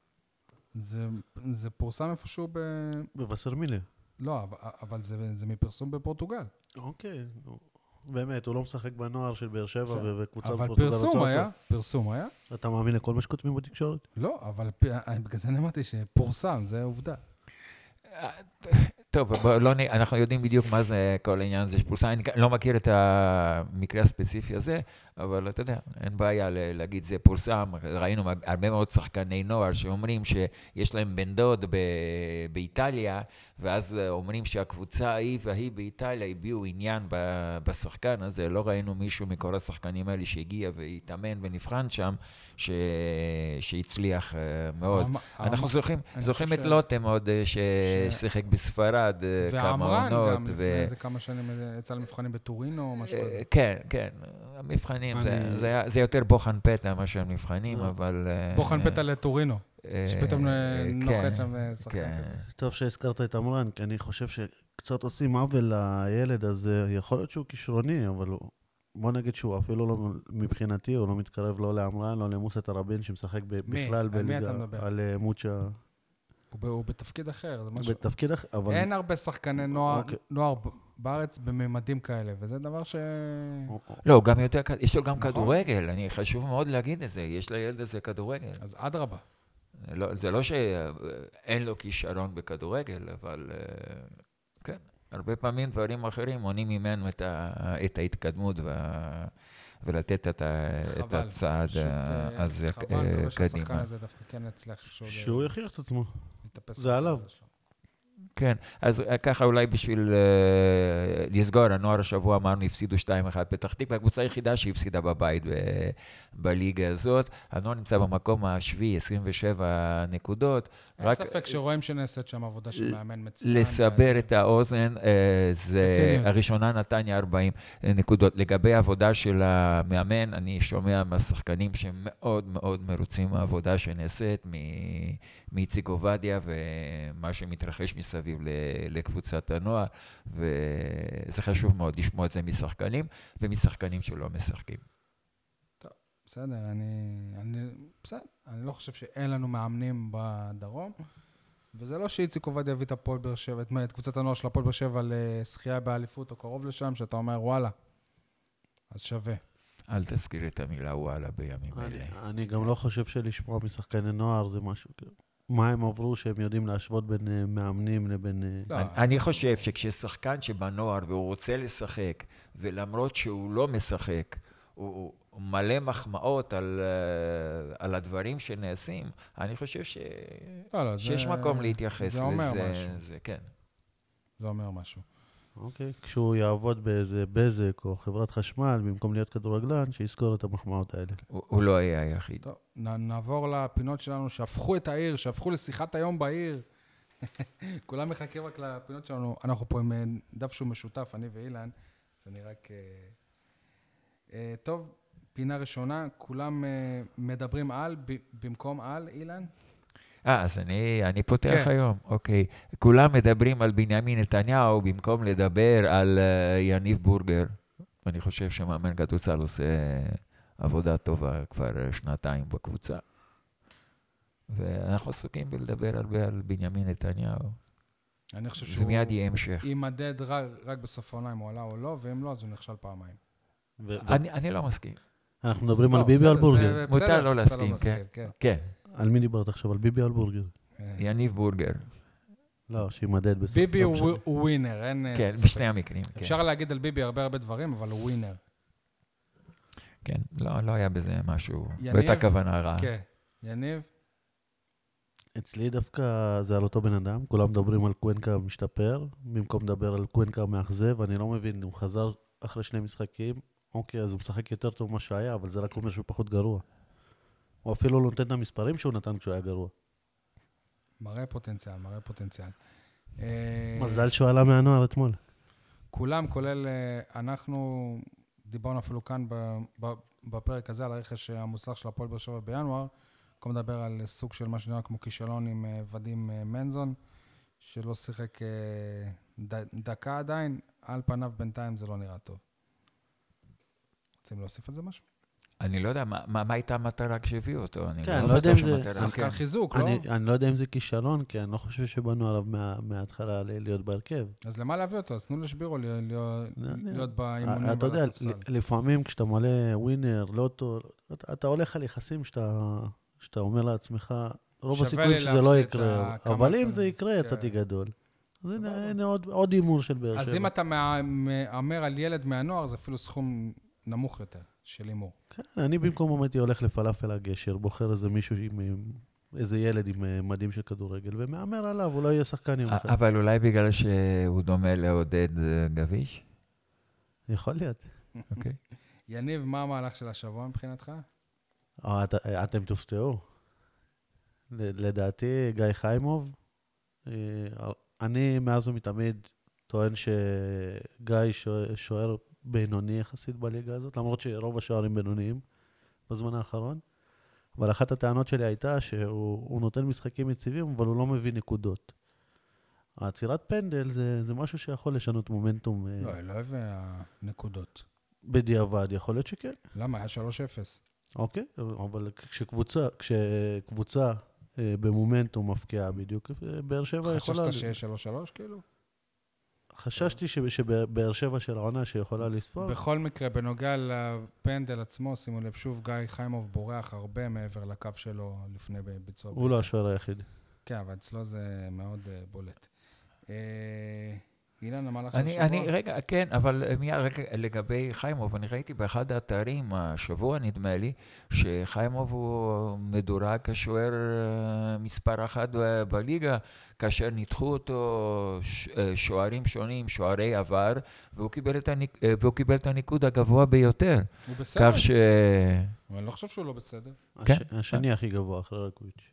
זה פורסם איפשהו בווסרמיליה. לא, אבל זה מפרסום בפורטוגל. אוקיי, באמת, הוא לא משחק בנוער של באר שבע וקבוצה אבל בפורטוגל. פרסום היה. אתה מאמין לכל מה שכותבים בתקשורת? לא, אבל בגלל זה אמרתי שפורסם, זה עובדה. טוב, אנחנו יודעים בדיוק מה זה כל העניין הזה שפורסם. אני לא מכיר את המקרה הספציפי הזה, אבל אתה יודע, אין בעיה להגיד זה פורסם. ראינו הרבה מאוד שחקני נוער שאומרים שיש להם בן דוד באיטליה, ואז אומרים שהקבוצה ההיא וההיא באיטליה הביעו עניין בשחקן הזה. לא ראינו מישהו מכל השחקנים האלה שהגיע והתאמן ונבחן שם, שהצליח מאוד. אנחנו זוכרים את לוטם עוד ששיחק בספרד כמה עונות. ועמרן גם לפני איזה כמה שנים יצא למבחנים בטורינו או משהו כזה. כן, כן. המבחנים, זה יותר בוחן פתע מאשר מבחנים, אבל... בוחן פתע לטורינו, שפתאום נוחת שם שחקן כזה. טוב שהזכרת את עמרן, כי אני חושב שקצת עושים עוול לילד הזה. יכול להיות שהוא כישרוני, אבל בוא נגיד שהוא אפילו לא, מבחינתי, הוא לא מתקרב לא לעמרן, לא למוסא תראבין, שמשחק בכלל בליגה, על מוצ'ה. הוא בתפקיד אחר, זה משהו... בתפקיד אחר, אבל... אין הרבה שחקני נוער בארץ בממדים כאלה, וזה דבר ש... לא, גם יותר, יש לו גם כדורגל, חשוב מאוד להגיד את זה, יש לילד הזה כדורגל. אז אדרבה. זה לא שאין לו כישרון בכדורגל, אבל כן, הרבה פעמים דברים אחרים מונעים ממנו את ההתקדמות ולתת את הצעד הזה קדימה. חבל, מקווה שהשחקן הזה דווקא כן יצליח שהוא יכריח את עצמו. זה עליו. כן, אז ככה אולי בשביל לסגור, הנוער השבוע אמרנו, הפסידו 2-1 פתח תקווה, הקבוצה היחידה שהפסידה בבית בליגה הזאת. הנוער נמצא במקום השביעי, 27 נקודות. אין ספק שרואים שנעשית שם עבודה של מאמן מצוין. לסבר את האוזן, זה הראשונה נתניה 40 נקודות. לגבי העבודה של המאמן, אני שומע מהשחקנים שמאוד מאוד מרוצים מהעבודה שנעשית מאיציק עובדיה ומה שמתרחש מסביב לקבוצת הנוער, וזה חשוב מאוד לשמוע את זה משחקנים ומשחקנים שלא משחקים. טוב, בסדר, אני לא חושב שאין לנו מאמנים בדרום, וזה לא שאיציק עובדיה הביא את הפועל באר שבע, את קבוצת הנוער של הפועל באר שבע לשחייה באליפות או קרוב לשם, שאתה אומר וואלה, אז שווה. אל תזכיר את המילה וואלה בימים אלה. אני גם לא חושב שלשמוע משחקני נוער זה משהו כאילו. מה הם עברו שהם יודעים להשוות בין מאמנים לבין... אני חושב שכששחקן שבנוער והוא רוצה לשחק, ולמרות שהוא לא משחק, הוא מלא מחמאות על הדברים שנעשים, אני חושב שיש מקום להתייחס לזה. זה אומר משהו. כן. זה אומר משהו. אוקיי, כשהוא יעבוד באיזה בזק או חברת חשמל, במקום להיות כדורגלן, שיזכור את המחמאות האלה. הוא לא יהיה היחיד. טוב, נעבור לפינות שלנו, שהפכו את העיר, שהפכו לשיחת היום בעיר. כולם מחכים רק לפינות שלנו. אנחנו פה עם דף שהוא משותף, אני ואילן. אז אני רק... טוב, פינה ראשונה, כולם מדברים על, במקום על, אילן? אז אני פותח היום, אוקיי. כולם מדברים על בנימין נתניהו במקום לדבר על יניב בורגר. אני חושב שמאמן כדורסל עושה עבודה טובה כבר שנתיים בקבוצה. ואנחנו עסוקים בלדבר הרבה על בנימין נתניהו. אני חושב שהוא מיד יהיה המשך. יימדד רק בסוף העונה אם הוא עלה או לא, ואם לא, אז הוא נכשל פעמיים. אני לא מסכים. אנחנו מדברים על ביבי על בורגר. מותר לא להסכים, כן. על מי דיברת עכשיו? על ביבי על בורגר? יניב בורגר. לא, שימדד בסוף. ביבי הוא ווינר, אין... כן, בשני המקרים. אפשר להגיד על ביבי הרבה דברים, אבל הוא ווינר. כן, לא היה בזה משהו, באותה כוונה רעה. כן, יניב? אצלי דווקא זה על אותו בן אדם, כולם מדברים על קוונקה משתפר, במקום לדבר על קוונקה מאכזב, אני לא מבין, הוא חזר אחרי 2 משחקים, אוקיי, אז הוא משחק יותר טוב ממה שהיה, אבל זה רק אומר שהוא פחות גרוע. הוא אפילו לא נותן את המספרים שהוא נתן כשהוא היה גרוע. מראה פוטנציאל. מזל שהוא עלה מהנוער אתמול. כולם, כולל אנחנו, דיברנו אפילו כאן בפרק הזה על הרכש המוצלח של הפועל באר שבע בינואר, אנחנו מדבר על סוג של מה שנראה כמו כישלון עם ודים מנזון, שלא שיחק דקה עדיין, על פניו בינתיים זה לא נראה טוב. רוצים להוסיף על זה משהו? אני לא יודע, מה הייתה המטרה כשהביאו אותו? כן, אני לא יודע אם זה... שחקן חיזוק, לא? אני לא יודע אם זה כישלון, כי אני לא חושב שבאנו עליו מההתחלה להיות בהרכב. אז למה להביא אותו? אז תנו לשבירו להיות באימונים אתה יודע, הספסל. לפעמים כשאתה מלא ווינר, לוטו, אתה הולך על יחסים שאתה אומר לעצמך, רוב הסיכויים שזה לא יקרה, אבל אם זה יקרה, יצאתי גדול. אז הנה עוד אימור של באר שבע. אז אם אתה מאמר על ילד מהנוער, זה אפילו סכום נמוך יותר של אימור. כן, אני במקום הייתי הולך לפלאפל הגשר, בוחר איזה מישהו איזה ילד עם מדים של כדורגל, ומאמר עליו, הוא לא יהיה שחקן יום אחד. אבל אולי בגלל שהוא דומה לעודד גביש? יכול להיות. אוקיי. יניב, מה המהלך של השבוע מבחינתך? אתם תופתעו. לדעתי, גיא חיימוב, אני מאז ומתמיד טוען שגיא שוער בינוני יחסית בליגה הזאת, למרות שרוב השוערים בינוניים בזמן האחרון. אבל אחת הטענות שלי הייתה שהוא נותן משחקים יציבים, אבל הוא לא מביא נקודות. העצירת פנדל זה משהו שיכול לשנות מומנטום. לא הביא הנקודות. בדיעבד, יכול להיות שכן. למה? היה 3-0. אוקיי, אבל כשקבוצה במומנטום מפקיעה בדיוק, באר שבע יכולה... חששת שיש 3-3 כאילו? חששתי שבאר שבע של העונה שיכולה לספור. בכל מקרה, בנוגע לפנדל עצמו, שימו לב, שוב גיא חיימוב בורח הרבה מעבר לקו שלו לפני ביצוע. הוא לא השוער היחיד. כן, אבל אצלו זה מאוד בולט. אילן, המהלך של השבוע? רגע, כן, אבל רגע, לגבי חיימוב, אני ראיתי באחד האתרים, השבוע נדמה לי, שחיימוב הוא מדורג כשוער מספר 1 בליגה, כאשר ניתחו אותו שוערים שונים, שוערי עבר, והוא קיבל את הניקוד הגבוה ביותר. הוא בסדר. כך אני לא חושב שהוא לא בסדר. השני הכי גבוה, אחרי רקוביץ'.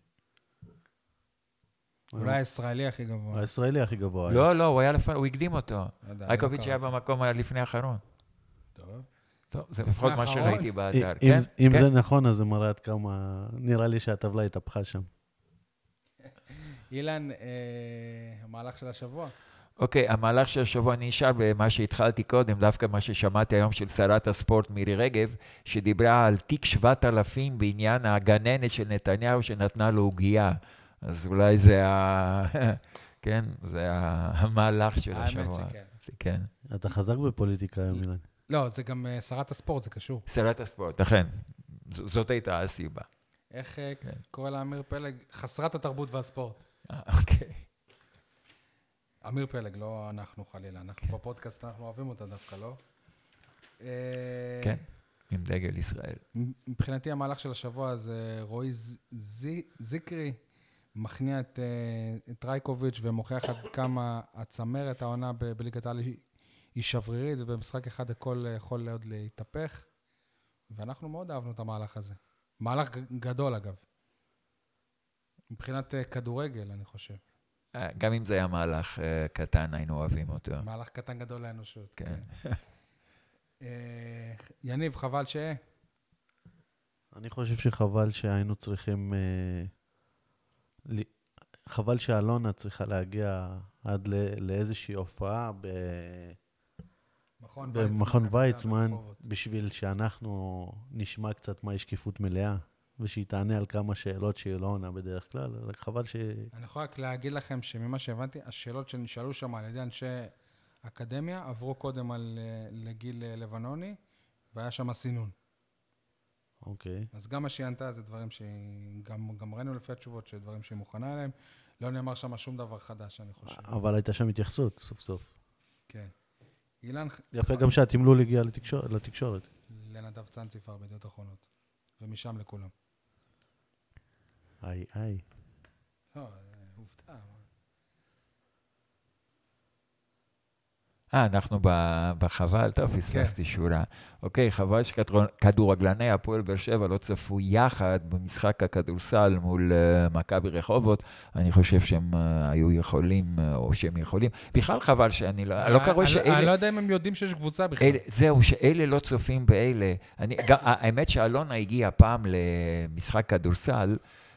אולי הישראלי הכי גבוה. הישראלי הכי גבוה. לא, הוא הקדים אותו. רקוביץ' היה במקום לפני האחרון. טוב, זה לפחות מה שראיתי באתר. אם זה נכון, אז זה מראה עד כמה... נראה לי שהטבלה התהפכה שם. אילן, המהלך של השבוע? אוקיי, המהלך של השבוע נשאר במה שהתחלתי קודם, דווקא מה ששמעתי היום של שרת הספורט מירי רגב, שדיברה על תיק 7,000 בעניין הגננת של נתניהו שנתנה לו עוגיה. אז אולי זה כן, זה המהלך של השבוע. האמת שכן. כן. אתה חזק בפוליטיקה היום, אילן. לא, זה גם שרת הספורט, זה קשור. שרת הספורט, אכן. זאת הייתה הסיבה. איך קורא לה אמיר פלג? חסרת התרבות והספורט. אוקיי. אמיר פלג, לא אנחנו חלילה. אנחנו בפודקאסט, אנחנו אוהבים אותה דווקא, לא? כן, עם דגל ישראל. מבחינתי המהלך של השבוע זה רועי זיקרי, מכניע את רייקוביץ' ומוכיח עד כמה הצמרת העונה בליגת העל היא שברירית, ובמשחק אחד הכל יכול עוד להתהפך, ואנחנו מאוד אהבנו את המהלך הזה. מהלך גדול אגב. מבחינת כדורגל, אני חושב. גם אם זה היה מהלך קטן, היינו אוהבים אותו. מהלך קטן גדול לאנושות. כן. יניב, חבל ש... אני חושב שחבל שהיינו צריכים... חבל שאלונה צריכה להגיע עד לאיזושהי הופעה במכון ויצמן, בשביל שאנחנו נשמע קצת מהי שקיפות מלאה, ושהיא תענה על כמה שאלות שהיא לא עונה בדרך כלל, רק חבל אני יכול רק להגיד לכם שממה שהבנתי, השאלות שנשאלו שם על ידי אנשי אקדמיה, עברו קודם לגיל לבנוני, והיה שם סינון. אוקיי. אז גם מה שהיא ענתה זה דברים שגם ראינו לפי התשובות, שדברים שהיא מוכנה עליהם, לא נאמר שם שום דבר חדש, אני חושב. אבל הייתה שם התייחסות, סוף סוף. כן. אילן... יפה גם שהתמלול הגיע לתקשורת. לנדב צנציפר בידיעות אחרונות. ומשם לכולם. היי. לא, הופתע. אנחנו בחבל, טוב, פספסתי שורה. אוקיי, חבל שכדורגלני הפועל באר שבע לא צפו יחד במשחק הכדורסל מול מכבי רחובות. אני חושב שהם היו יכולים, או שהם יכולים. בכלל חבל שאני לא קרוא שאלה... אני לא יודע אם הם יודעים שיש קבוצה בכלל. זהו, שאלה לא צופים באלה. האמת שאלונה הגיעה פעם למשחק כדורסל,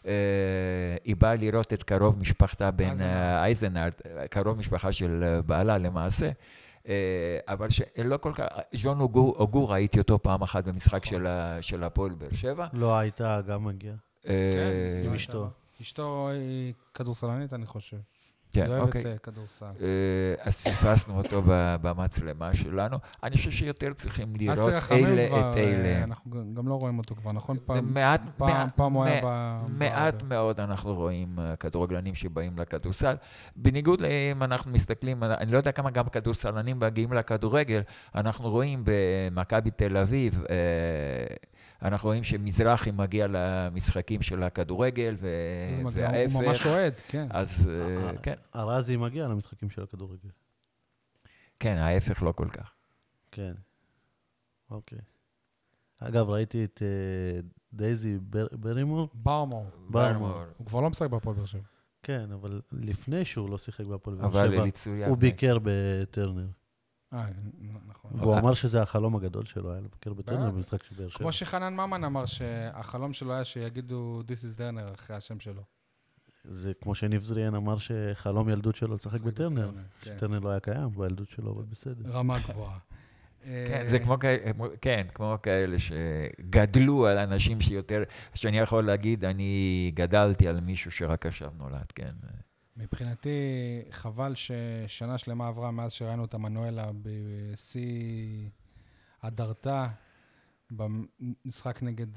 היא באה לראות את קרוב משפחתה בן אייזנארט, קרוב משפחה של בעלה למעשה, אבל שלא כל כך, ז'ון אוגור ראיתי אותו פעם אחת במשחק של הפועל באר שבע. לא הייתה, גם מגיע. עם אשתו. אשתו היא כדורסלנית, אני חושב. כן, היא אוקיי. אוהבת כדורסל. אז פספסנו אותו במצלמה שלנו. אני חושב שיותר צריכים לראות אלה את אלה. אנחנו גם לא רואים אותו כבר, נכון? פעם הוא היה מעט מאוד אנחנו רואים כדורגלנים שבאים לכדורסל. בניגוד אם אנחנו מסתכלים, אני לא יודע כמה גם כדורסלנים מגיעים לכדורגל, אנחנו רואים במכבי תל אביב, אנחנו רואים שמזרחי מגיע למשחקים של הכדורגל, וההפך. הוא ממש אוהד, כן. אז, כן. הרזי מגיע למשחקים של הכדורגל. כן, ההפך לא כל כך. כן. אוקיי. אגב, ראיתי את דייזי ברמור. ברמור. הוא כבר לא משחק בהפועל באר שבע. כן, אבל לפני שהוא לא שיחק בהפועל באר אבל שבע, ליצויה. הוא ביקר בטרנר. נכון. והוא אמר שזה החלום הגדול שלו, היה לבקר בטרנר במשחק של באר שבע. כמו שחנן ממן אמר שהחלום שלו היה שיגידו This is Turner אחרי השם שלו. זה כמו שניב זריאן אמר שחלום ילדות שלו לשחק בטרנר. טרנר לא היה קיים בילדות שלו, אבל בסדר. רמה גבוהה. כן, זה כמו כאלה שגדלו על אנשים שיותר, שאני יכול להגיד, אני גדלתי על מישהו שרק עכשיו נולד, כן. מבחינתי, חבל ששנה שלמה עברה מאז שראינו את המנואלה בשיא הדרתה, במשחק נגד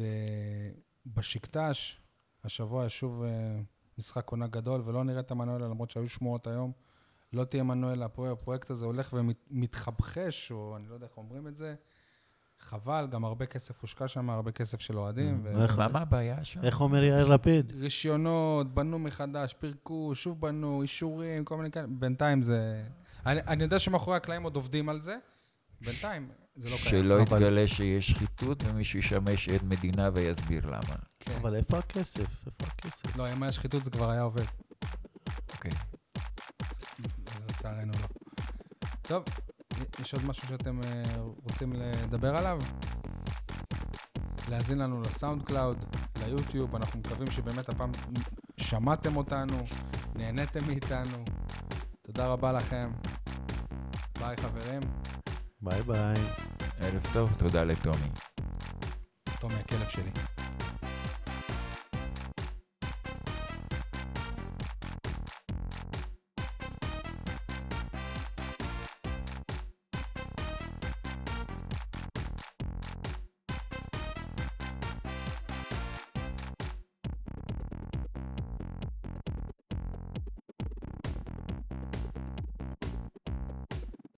בשקטש. השבוע שוב משחק עונה גדול, ולא נראה את המנואלה, למרות שהיו שמועות היום. לא תהיה מנואלה, הפרויקט הזה הולך ומתחבחש, או אני לא יודע איך אומרים את זה. חבל, גם הרבה כסף הושקע שם, הרבה כסף של אוהדים. מה הבעיה שם? איך אומר יאיר לפיד? רישיונות, בנו מחדש, פירקו, שוב בנו, אישורים, כל מיני כאלה. בינתיים זה... אני יודע שמאחורי הקלעים עוד עובדים על זה. בינתיים זה לא קיים. שלא יתגלה שיש שחיתות, ומישהו ישמש עד מדינה ויסביר למה. אבל איפה הכסף? לא, אם היה שחיתות זה כבר היה עובד. אוקיי. אז לצערנו לא. טוב, יש עוד משהו שאתם רוצים לדבר עליו? להזין לנו לסאונד קלאוד, ליוטיוב, אנחנו מקווים שבאמת הפעם שמעתם אותנו, נהניתם מאיתנו. תודה רבה לכם. ביי חברים. ביי ביי. ערב טוב, תודה לטומי. טומי הכלב שלי.